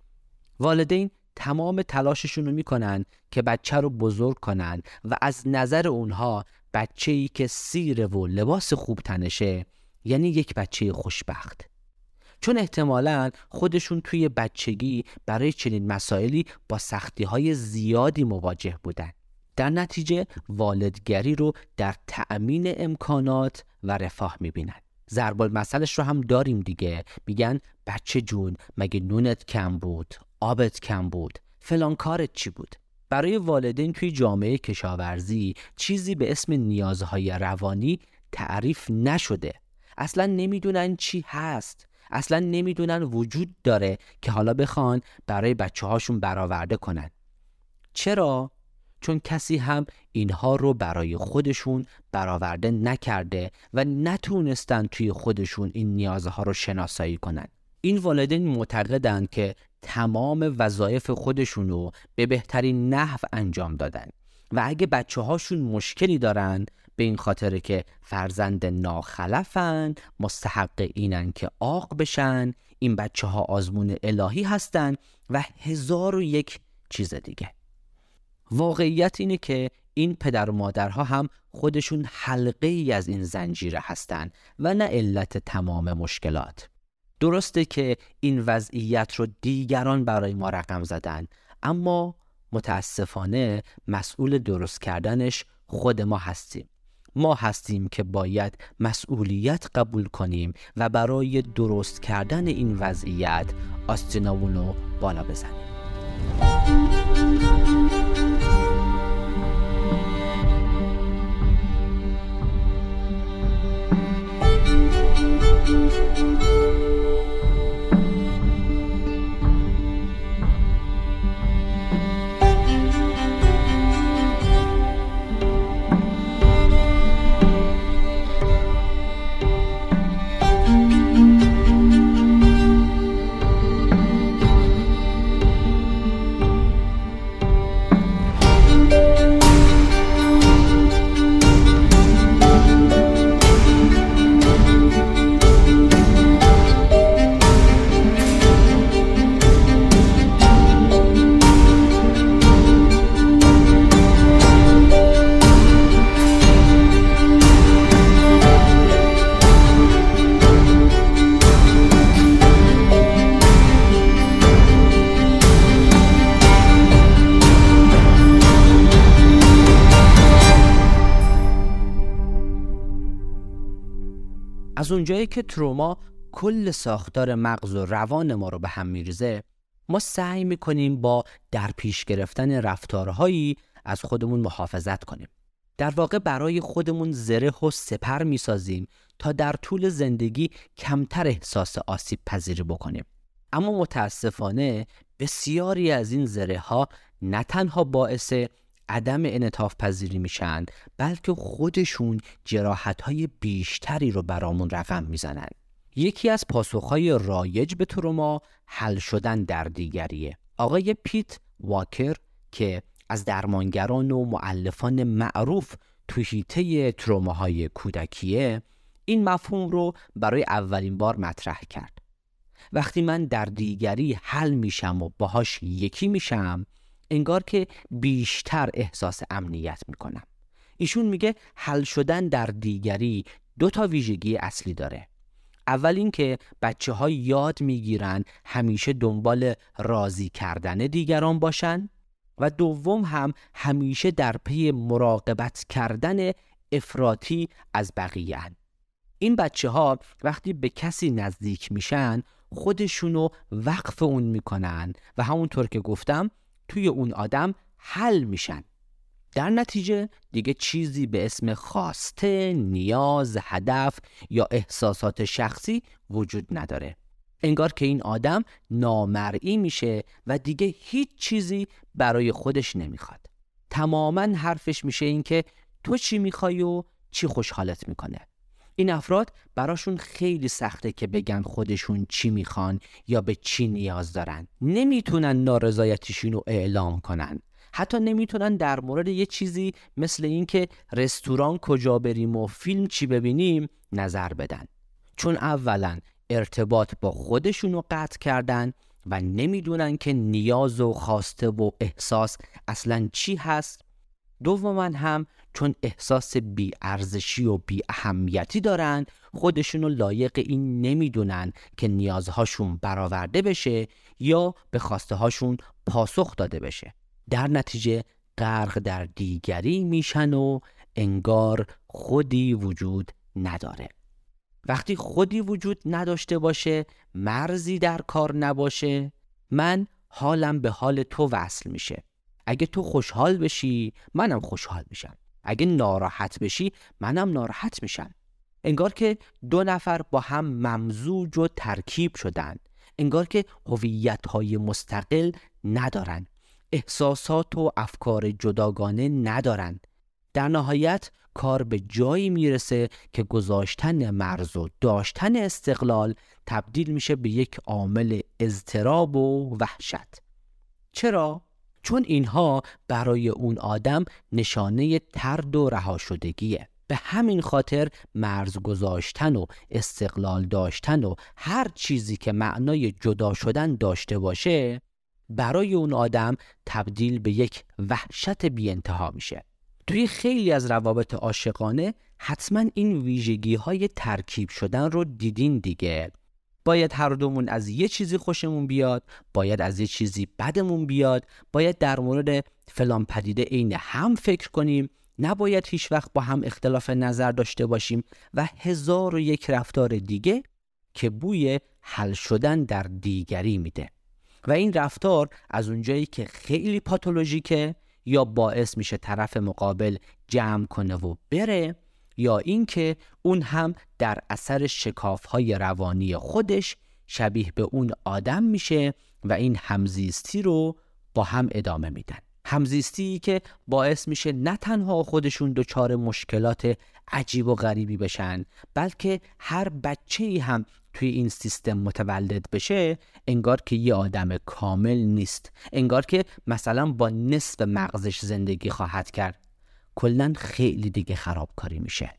والدین تمام تلاششون رو میکنن که بچه رو بزرگ کنن و از نظر اونها بچه‌ای که سیره و لباس خوب تنشه یعنی یک بچه خوشبخت. چون احتمالاً خودشون توی بچگی برای چنین مسائلی با سختی‌های زیادی مواجه بودن. در نتیجه والدگری رو در تأمین امکانات و رفاه میبینن. ضرب المثلش رو هم داریم دیگه، میگن بچه جون مگه نونت کم بود، آبت کم بود، فلان کارت چی بود؟ برای والدین توی جامعه کشاورزی چیزی به اسم نیازهای روانی تعریف نشده. اصلا نمیدونن چی هست، اصلا نمیدونن وجود داره که حالا بخوان برای بچه هاشون برآورده کنن. چرا؟ چون کسی هم اینها رو برای خودشون برآورده نکرده و نتونستن توی خودشون این نیازها رو شناسایی کنن. این والدین معتقدن که تمام وظایف خودشون رو به بهترین نحو انجام دادن و اگه بچه هاشون مشکلی دارن به این خاطره که فرزند ناخلفن، مستحق اینن که عاق بشن، این بچه ها آزمون الهی هستن و هزار و یک چیز دیگه. واقعیت اینه که این پدر و مادرها هم خودشون حلقه ای از این زنجیره هستن و نه علت تمام مشکلات. درسته که این وضعیت رو دیگران برای ما رقم زدن، اما متاسفانه مسئول درست کردنش خود ما هستیم. ما هستیم که باید مسئولیت قبول کنیم و برای درست کردن این وضعیت آستینامون رو بالا بزنیم. از اونجایی که تروما کل ساختار مغز و روان ما رو به هم میریزه، ما سعی میکنیم با در پیش گرفتن رفتارهایی از خودمون محافظت کنیم. در واقع برای خودمون زره و سپر میسازیم تا در طول زندگی کمتر احساس آسیب پذیری بکنیم. اما متاسفانه بسیاری از این زره ها نه تنها باعث عدم انعطاف پذیری میشن، بلکه خودشون جراحت‌های بیشتری رو برامون رقم میزنن. یکی از پاسخهای رایج به تروما حل شدن در دیگریه. آقای پیت واکر که از درمانگران و مؤلفان معروف تو حیطه تروماهای کودکیه، این مفهوم رو برای اولین بار مطرح کرد. وقتی من در دیگری حل میشم و باهاش یکی میشم، انگار که بیشتر احساس امنیت میکنم. ایشون میگه حل شدن در دیگری دو تا ویژگی اصلی داره. اول این که بچه ها یاد میگیرن همیشه دنبال راضی کردن دیگران باشن و دوم هم همیشه در پی مراقبت کردن افراطی از بقیه هن. این بچه ها وقتی به کسی نزدیک میشن خودشونو وقف اون میکنن و همونطور که گفتم توی اون آدم حل میشن. در نتیجه دیگه چیزی به اسم خواسته، نیاز، هدف یا احساسات شخصی وجود نداره. انگار که این آدم نامرئی میشه و دیگه هیچ چیزی برای خودش نمیخواد. تماما حرفش میشه این که تو چی میخوای و چی خوشحالت میکنه. این افراد براشون خیلی سخته که بگن خودشون چی میخوان یا به چی نیاز دارن. نمیتونن نارضایتیشون رو اعلام کنن. حتی نمیتونن در مورد یه چیزی مثل این که رستوران کجا بریم و فیلم چی ببینیم نظر بدن. چون اولا ارتباط با خودشون رو قطع کردن و نمیدونن که نیاز و خواسته و احساس اصلا چی هست. دوما هم چون احساس بی ارزشی و بی اهمیتی دارن خودشون رو لایق این نمیدونن که نیازهاشون برآورده بشه یا به خواسته هاشون پاسخ داده بشه. در نتیجه غرق در دیگری میشن و انگار خودی وجود نداره. وقتی خودی وجود نداشته باشه، مرزی در کار نباشه، من حالم به حال تو وصل میشه. اگه تو خوشحال بشی منم خوشحال میشم، اگه ناراحت بشی منم ناراحت میشم. انگار که دو نفر با هم ممزوج و ترکیب شدن. انگار که هویت‌های مستقل ندارن، احساسات و افکار جداگانه ندارن. در نهایت کار به جایی میرسه که گذاشتن مرز و داشتن استقلال تبدیل میشه به یک عامل اضطراب و وحشت. چرا؟ چون اینها برای اون آدم نشانه طرد و رها شدگیه. به همین خاطر مرز گذاشتن و استقلال داشتن و هر چیزی که معنای جدا شدن داشته باشه برای اون آدم تبدیل به یک وحشت بی انتها میشه. توی خیلی از روابط عاشقانه حتما این ویژگی های ترکیب شدن رو دیدین دیگه. باید هر دومون از یه چیزی خوشمون بیاد، باید از یه چیزی بدمون بیاد، باید در مورد فلان پدیده عین هم فکر کنیم، نباید هیچ وقت با هم اختلاف نظر داشته باشیم و هزار و یک رفتار دیگه که بوی حل شدن در دیگری میده. و این رفتار از اونجایی که خیلی پاتولوژیکه یا باعث میشه طرف مقابل جمع کنه و بره، یا اینکه اون هم در اثر شکاف‌های روانی خودش شبیه به اون آدم میشه و این همزیستی رو با هم ادامه میدن. همزیستی که باعث میشه نه تنها خودشون دچار مشکلات عجیب و غریبی بشن، بلکه هر بچه‌ای هم توی این سیستم متولد بشه انگار که یه آدم کامل نیست، انگار که مثلا با نصف مغزش زندگی خواهد کرد. کلاً خیلی دیگه خرابکاری میشه.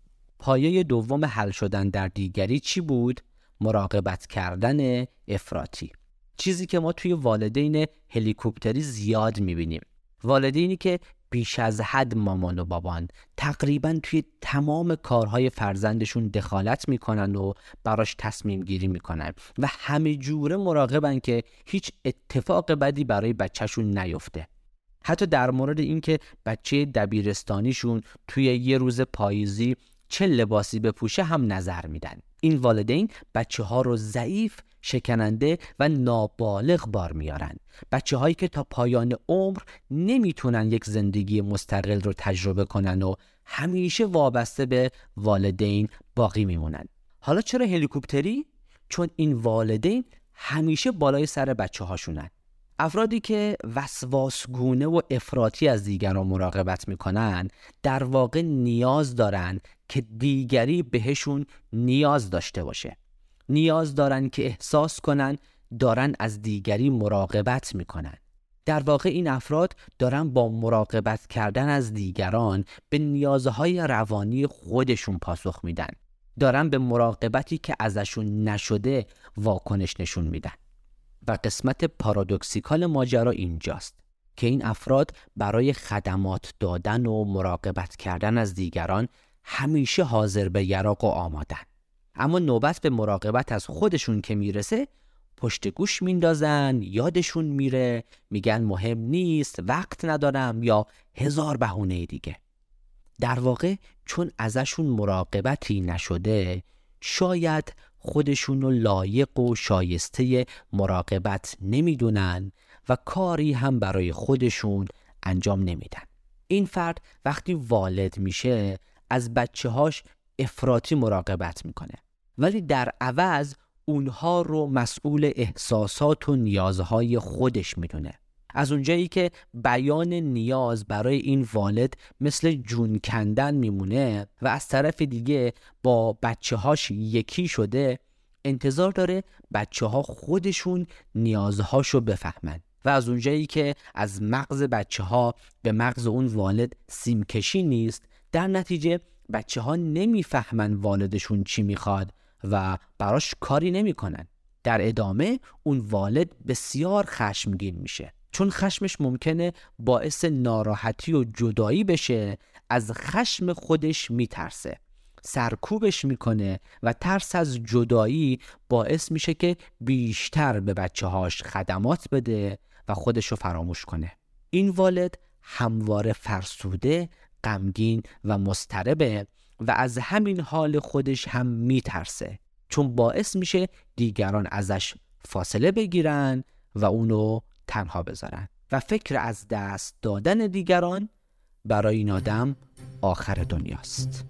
پایه دوم حل شدن در دیگری چی بود؟ مراقبت کردن افراطی. چیزی که ما توی والدین هلیکوپتری زیاد میبینیم. والدینی که بیش از حد مامان و بابان تقریباً توی تمام کارهای فرزندشون دخالت میکنن و براش تصمیم گیری میکنن و همه جوره مراقبن که هیچ اتفاق بدی برای بچهشون نیفته. حتی در مورد اینکه بچه دبیرستانیشون توی یه روز پاییزی چه لباسی بپوشه هم نظر میدن. این والدین بچه ها رو ضعیف، شکننده و نابالغ بار میارن. بچه هایی که تا پایان عمر نمیتونن یک زندگی مستقل رو تجربه کنن و همیشه وابسته به والدین باقی میمونن. حالا چرا هلیکوپتری؟ چون این والدین همیشه بالای سر بچه هاشونن. افرادی که وسواسگونه و افراطی از دیگران مراقبت میکنن در واقع نیاز دارن که دیگری بهشون نیاز داشته باشه. نیاز دارن که احساس کنن دارن از دیگری مراقبت میکنن. در واقع این افراد دارن با مراقبت کردن از دیگران به نیازهای روانی خودشون پاسخ میدن. دارن به مراقبتی که ازشون نشده واکنش نشون میدن. و قسمت پارادوکسیکال ماجرا اینجاست. که این افراد برای خدمات دادن و مراقبت کردن از دیگران همیشه حاضر به یراق و آمادن. اما نوبت به مراقبت از خودشون که میرسه پشت گوش میندازن، یادشون میره، میگن مهم نیست، وقت ندارم یا هزار بهونه دیگه. در واقع چون ازشون مراقبتی نشده، شاید خودشون رو لایق و شایسته مراقبت نمیدونن و کاری هم برای خودشون انجام نمیدن. این فرد وقتی والد میشه از بچه هاش افراطی مراقبت میکنه، ولی در عوض اونها رو مسئول احساسات و نیازهای خودش میدونه. از اونجایی که بیان نیاز برای این والد مثل جون کندن میمونه و از طرف دیگه با بچه هاش یکی شده، انتظار داره بچه ها خودشون نیازهاشو بفهمن و از اونجایی که از مغز بچه ها به مغز اون والد سیمکشی نیست، در نتیجه بچه ها نمیفهمن والدشون چی میخواد و براش کاری نمیکنن. در ادامه اون والد بسیار خشمگین میشه، چون خشمش ممکنه باعث ناراحتی و جدایی بشه. از خشم خودش میترسه، سرکوبش میکنه و ترس از جدایی باعث میشه که بیشتر به بچه هاش خدمات بده و خودشو فراموش کنه. این والد همواره فرسوده، غمگین و مضطربه و از همین حال خودش هم میترسه، چون باعث میشه دیگران ازش فاصله بگیرن و اونو تنها بذارن و فکر از دست دادن دیگران برای این آدم آخر دنیاست.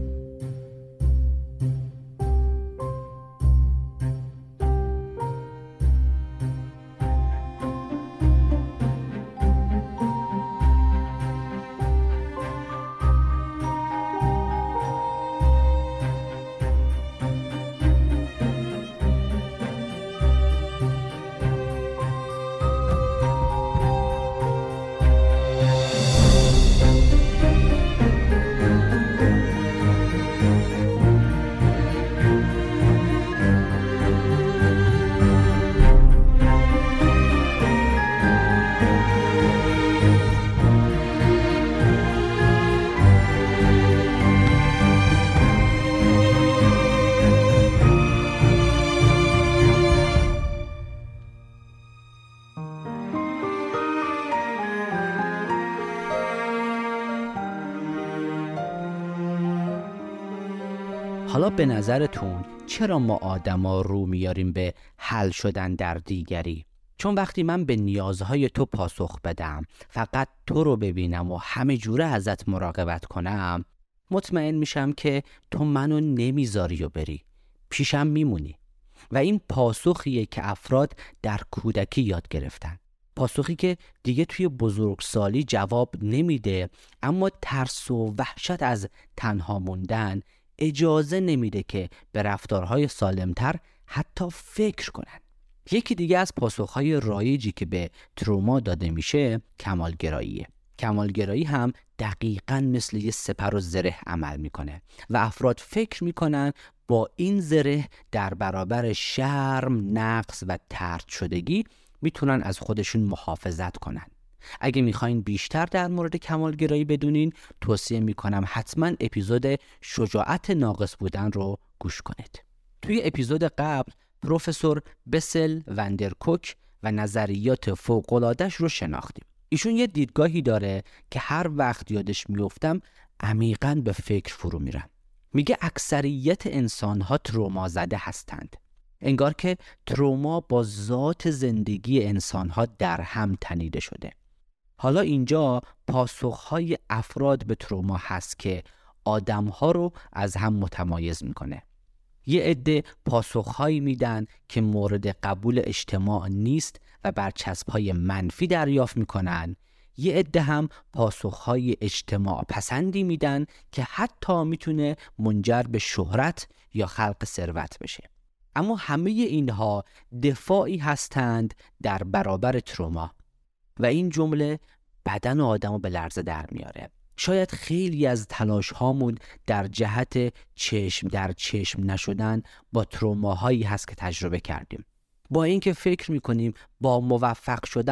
حالا به نظرتون چرا ما آدما رو میاریم به حل شدن در دیگری؟ چون وقتی من به نیازهای تو پاسخ بدم، فقط تو رو ببینم و همه جوره ازت مراقبت کنم، مطمئن میشم که تو منو نمیذاری و بری، پیشم میمونی. و این پاسخیه که افراد در کودکی یاد گرفتن، پاسخی که دیگه توی بزرگسالی جواب نمیده، اما ترس و وحشت از تنها موندن اجازه نمیده که به رفتارهای سالمتر حتی فکر کنن. یکی دیگه از پاسخهای رایجی که به تروما داده میشه کمالگراییه. کمالگرایی هم دقیقاً مثل یه سپر و زره عمل میکنه و افراد فکر میکنن با این زره در برابر شرم، نقص و طرد شدگی میتونن از خودشون محافظت کنن. اگه میخواین بیشتر در مورد کمالگرایی بدونین، توصیه میکنم حتما اپیزود شجاعت ناقص بودن رو گوش کنید. توی اپیزود قبل پروفسور بسل وندرکوک و نظریات فوق‌العاده‌اش رو شناختیم. ایشون یه دیدگاهی داره که هر وقت یادش میافتم عمیقاً به فکر فرو میرم. میگه اکثریت انسان‌ها تروما زده هستند. انگار که تروما با ذات زندگی انسان‌ها در هم تنیده شده. حالا اینجا پاسخهای افراد به تروما هست که آدمها رو از هم متمایز میکنه. یه عده پاسخهایی میدن که مورد قبول اجتماع نیست و برچسبهای منفی دریافت میکنن. یه عده هم پاسخهای اجتماع پسندی میدن که حتی میتونه منجر به شهرت یا خلق ثروت بشه. اما همه اینها دفاعی هستند در برابر تروما و این جمله بدن آدمو به لرزه در میاره. شاید خیلی از تلاش هامون در جهت چشم در چشم نشدن با تروماهایی هست که تجربه کردیم. با اینکه فکر میکنیم با موفق شدن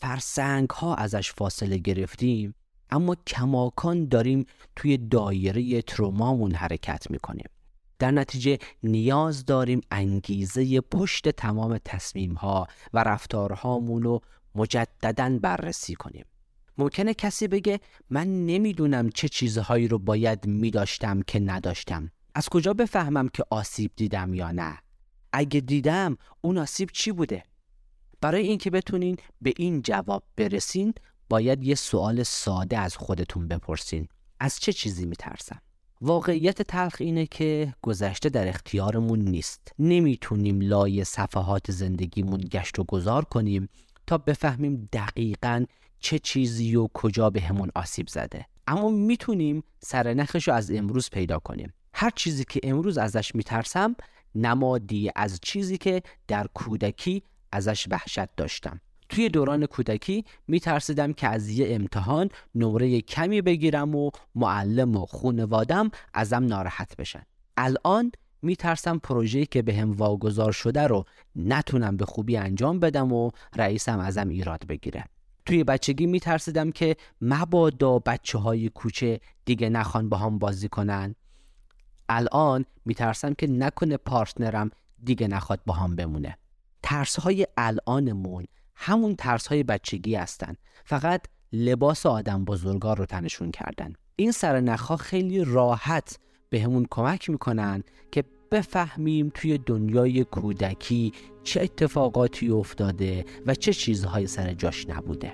فرسنگ ها ازش فاصله گرفتیم، اما کماکان داریم توی دایره ترومامون حرکت میکنیم. در نتیجه نیاز داریم انگیزه پشت تمام تصمیم ها و رفتارهامون رو مجدداً بررسی کنیم. ممکنه کسی بگه من نمیدونم چه چیزهایی رو باید میداشتم که نداشتم. از کجا بفهمم که آسیب دیدم یا نه؟ اگه دیدم اون آسیب چی بوده؟ برای اینکه بتونین به این جواب برسین باید یه سوال ساده از خودتون بپرسین. از چه چیزی میترسم؟ واقعیت تلخ اینه که گذشته در اختیارمون نیست. نمیتونیم لای صفحات زندگیمون گشت و گذار کنیم تا بفهمیم دقیقاً چه چیزی و کجا به همون آسیب زده. اما میتونیم سرنخش رو از امروز پیدا کنیم. هر چیزی که امروز ازش میترسم نمادی از چیزی که در کودکی ازش وحشت داشتم. توی دوران کودکی میترسیدم که از یه امتحان نمره کمی بگیرم و معلم و خانواده‌ام ازم ناراحت بشن. الان میترسم پروژه‌ای که بهم واگذار شده رو نتونم به خوبی انجام بدم و رئیسم ازم ایراد بگیره. توی بچگی میترسیدم که مبادا بچه‌های کوچه دیگه نخوان با هم بازی کنن. الان میترسم که نکنه پارتنرم دیگه نخواد با هم بمونه. ترس‌های الانمون همون ترس‌های بچگی هستن، فقط لباس آدم بزرگار رو تنشون کردن. این سرنخ‌ها خیلی راحت به همون کمک میکنن که بفهمیم توی دنیای کودکی چه اتفاقاتی افتاده و چه چیزهای سر جاش نبوده.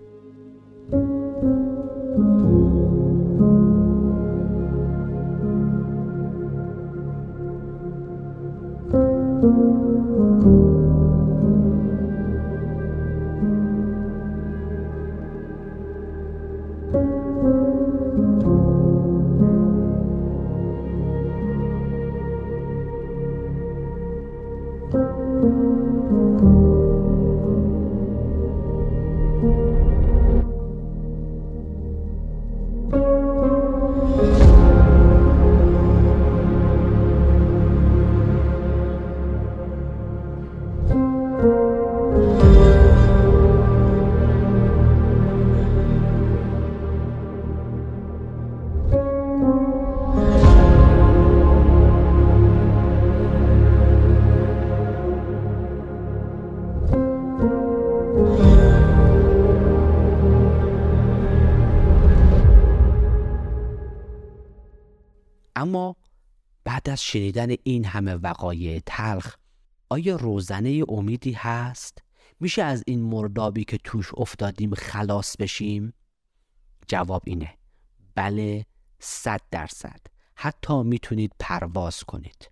اما بعد از شنیدن این همه وقایع تلخ، آیا روزنه امیدی هست؟ میشه از این مردابی که توش افتادیم خلاص بشیم؟ جواب اینه بله، صد درصد. حتی میتونید پرواز کنید.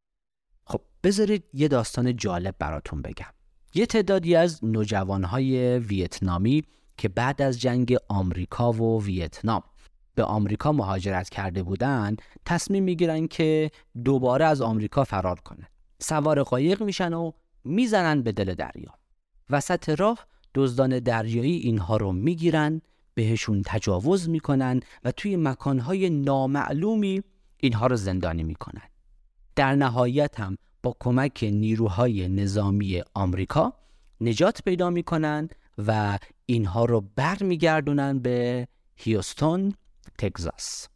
خب بذارید یه داستان جالب براتون بگم. یه تعدادی از نوجوانهای ویتنامی که بعد از جنگ آمریکا و ویتنام به آمریکا مهاجرت کرده بودن تصمیم میگیرن که دوباره از آمریکا فرار کنن. سوار قایق میشن و میزنن به دل دریا. وسط راه دزدان دریایی اینها رو میگیرن، بهشون تجاوز میکنن و توی مکانهای نامعلومی اینها رو زندانی میکنن. در نهایت هم با کمک نیروهای نظامی آمریکا نجات پیدا میکنن و اینها رو برمیگردونن به هیوستون، تگزاس.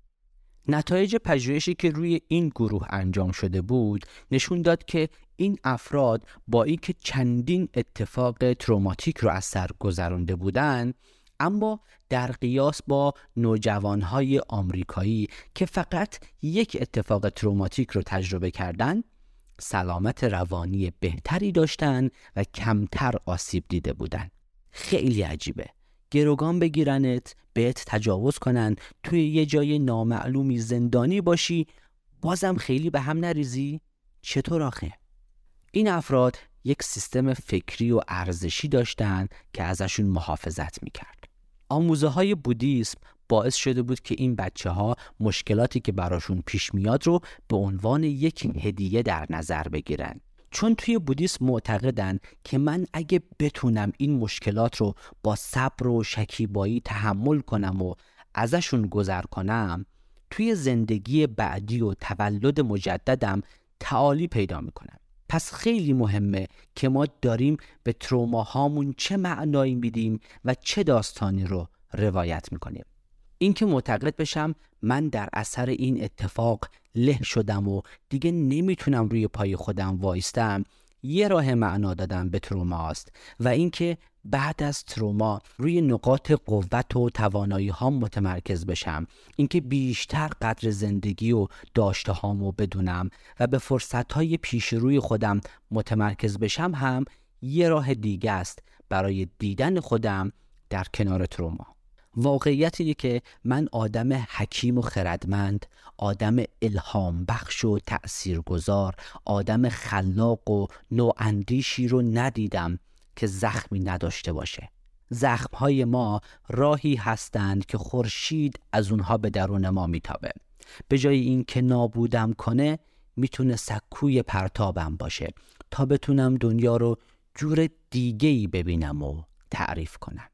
نتایج پژوهشی که روی این گروه انجام شده بود نشون داد که این افراد با اینکه چندین اتفاق تروماتیک رو از سر گذرونده بودن، اما در قیاس با نوجوانهای آمریکایی که فقط یک اتفاق تروماتیک رو تجربه کردن، سلامت روانی بهتری داشتن و کمتر آسیب دیده بودن. خیلی عجیبه. گروگان بگیرنت، بهت تجاوز کنن، توی یه جای نامعلومی زندانی باشی، بازم خیلی به هم نریزی؟ چطور آخه؟ این افراد یک سیستم فکری و ارزشی داشتن که ازشون محافظت میکرد. آموزه های بودیسم باعث شده بود که این بچه ها مشکلاتی که براشون پیش میاد رو به عنوان یک هدیه در نظر بگیرن. چون توی بودیسم معتقدن که من اگه بتونم این مشکلات رو با صبر و شکیبایی تحمل کنم و ازشون گذر کنم، توی زندگی بعدی و تولد مجددم تعالی پیدا میکنم. پس خیلی مهمه که ما داریم به تروماهامون چه معنایی میدیم و چه داستانی رو روایت میکنیم. این که معتقد بشم من در اثر این اتفاق له شدم و دیگه نمیتونم روی پای خودم وایستم، یه راه معنا دادن به تروما است و اینکه بعد از تروما روی نقاط قوت و توانایی ها متمرکز بشم، اینکه بیشتر قدر زندگی و داشته هامو بدونم و به فرصت های پیش روی خودم متمرکز بشم هم یه راه دیگه است برای دیدن خودم در کنار تروما. واقعیتی که من آدم حکیم و خردمند، آدم الهام بخش و تأثیرگذار، آدم خلاق و نواندیشی رو ندیدم که زخمی نداشته باشه. زخمهای ما راهی هستند که خورشید از اونها به درون ما میتابه. به جای این که نابودم کنه، میتونه سکوی پرتابم باشه تا بتونم دنیا رو جور دیگه‌ای ببینم و تعریف کنم.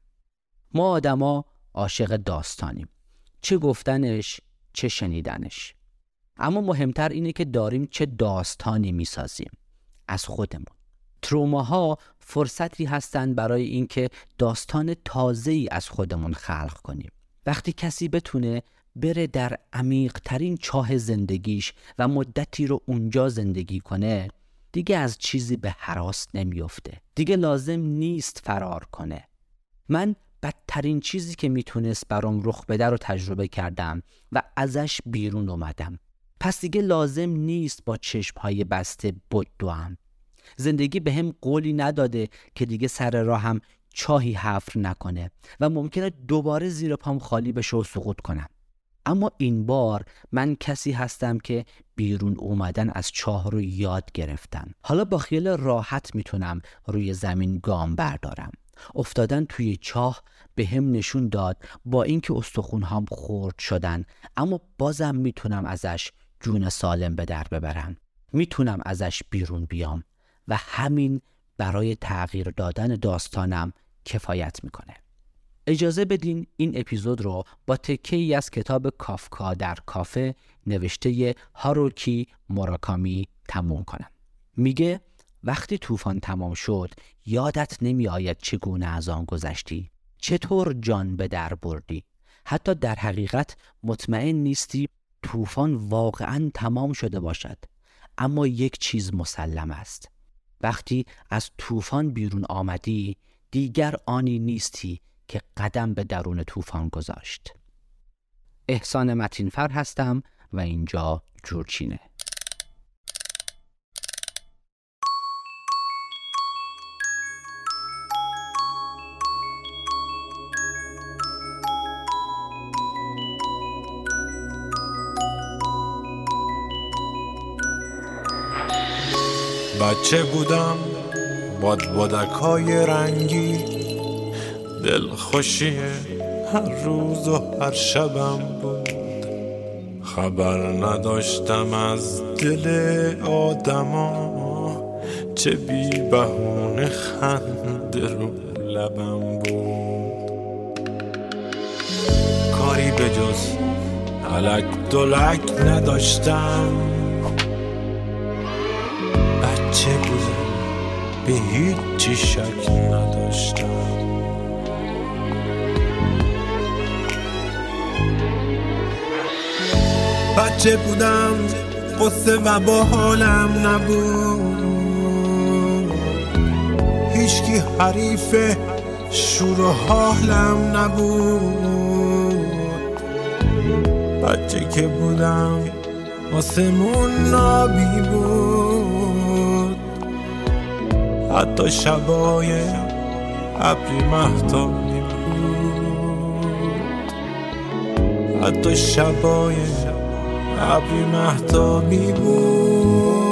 ما آدما عاشق داستانیم، چه گفتنش چه شنیدنش. اما مهمتر اینه که داریم چه داستانی میسازیم از خودمون. تروماها فرصتی هستند برای اینکه داستان تازه‌ای از خودمون خلق کنیم. وقتی کسی بتونه بره در عمیق ترین چاه زندگیش و مدتی رو اونجا زندگی کنه، دیگه از چیزی به هراس نمیفته. دیگه لازم نیست فرار کنه. من بدترین چیزی که میتونست برام رخ بده رو تجربه کردم و ازش بیرون اومدم. پس دیگه لازم نیست با چشمهای بسته بدوام. زندگی به هم قولی نداده که دیگه سر راهم چاهی حفر نکنه و ممکنه دوباره زیر پام خالی بشه و سقوط کنم. اما این بار من کسی هستم که بیرون اومدن از چاه رو یاد گرفتم. حالا با خیال راحت میتونم روی زمین گام بردارم. افتادن توی چاه به هم نشون داد با اینکه استخونهام خرد شدن، اما بازم میتونم ازش جون سالم به در ببرم. میتونم ازش بیرون بیام و همین برای تغییر دادن داستانم کفایت میکنه. اجازه بدین این اپیزود رو با تکه‌ای از کتاب کافکا در کافه نوشته هاروکی موراکامی تموم کنم. میگه وقتی طوفان تمام شد یادت نمی آید چگونه از آن گذشتی، چطور جان به در بردی. حتی در حقیقت مطمئن نیستی طوفان واقعاً تمام شده باشد. اما یک چیز مسلم است: وقتی از طوفان بیرون آمدی دیگر آنی نیستی که قدم به درون طوفان گذاشت. احسان متینفر هستم و اینجا جورچینه. بچه بودم بادبادک‌های رنگی، دلخوشی هر روز و هر شبم بود. خبر نداشتم از دل آدما، چه بی بهونه خنده رو لبم بود. کاری به جز الک دلک نداشتم، بچه بودم به هیچی شک نداشتم. بچه بودم قصه و با حالم نبود، هیچکی حریف شور و حالم نبود. بچه که بودم آسمون نابی بود، حتی شبای ابری مهتابی بود، حتی شبای ابری مهتابی بود.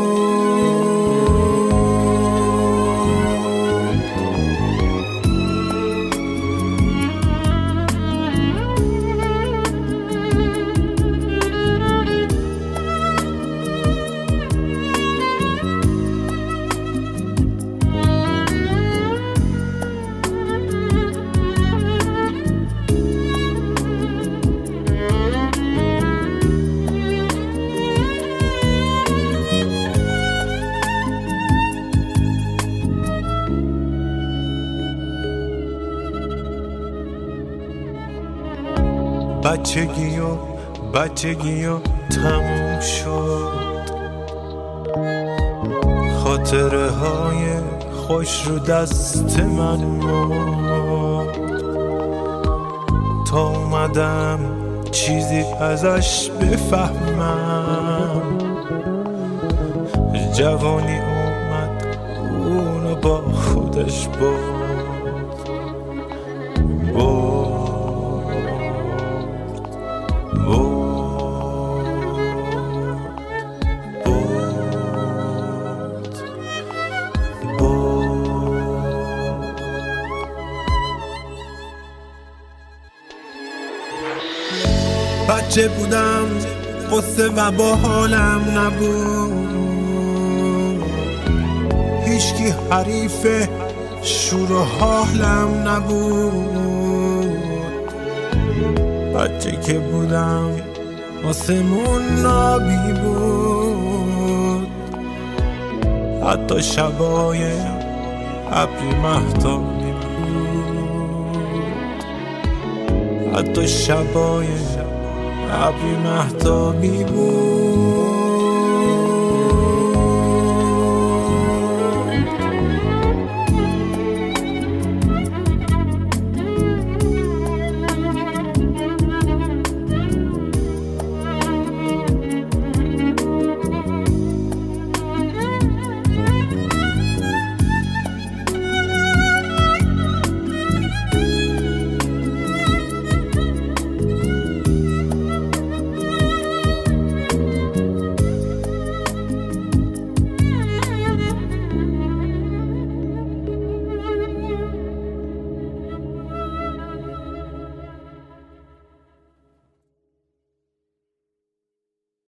بچگی و بچگی و تموم شد، خاطره های خوش رو دست من مرد، تا اومدم چیزی ازش بفهمم، جوانی اومد اونو با خودش برد برد برد برد. بچه بودم قصه و با حالم نبود، هیچکی حریف شور و حالم نبود، بچه که بودم آسمون نابی بود، حتی شبای ابری مهتابی بود، حتی شبای ابری مهتابی بود.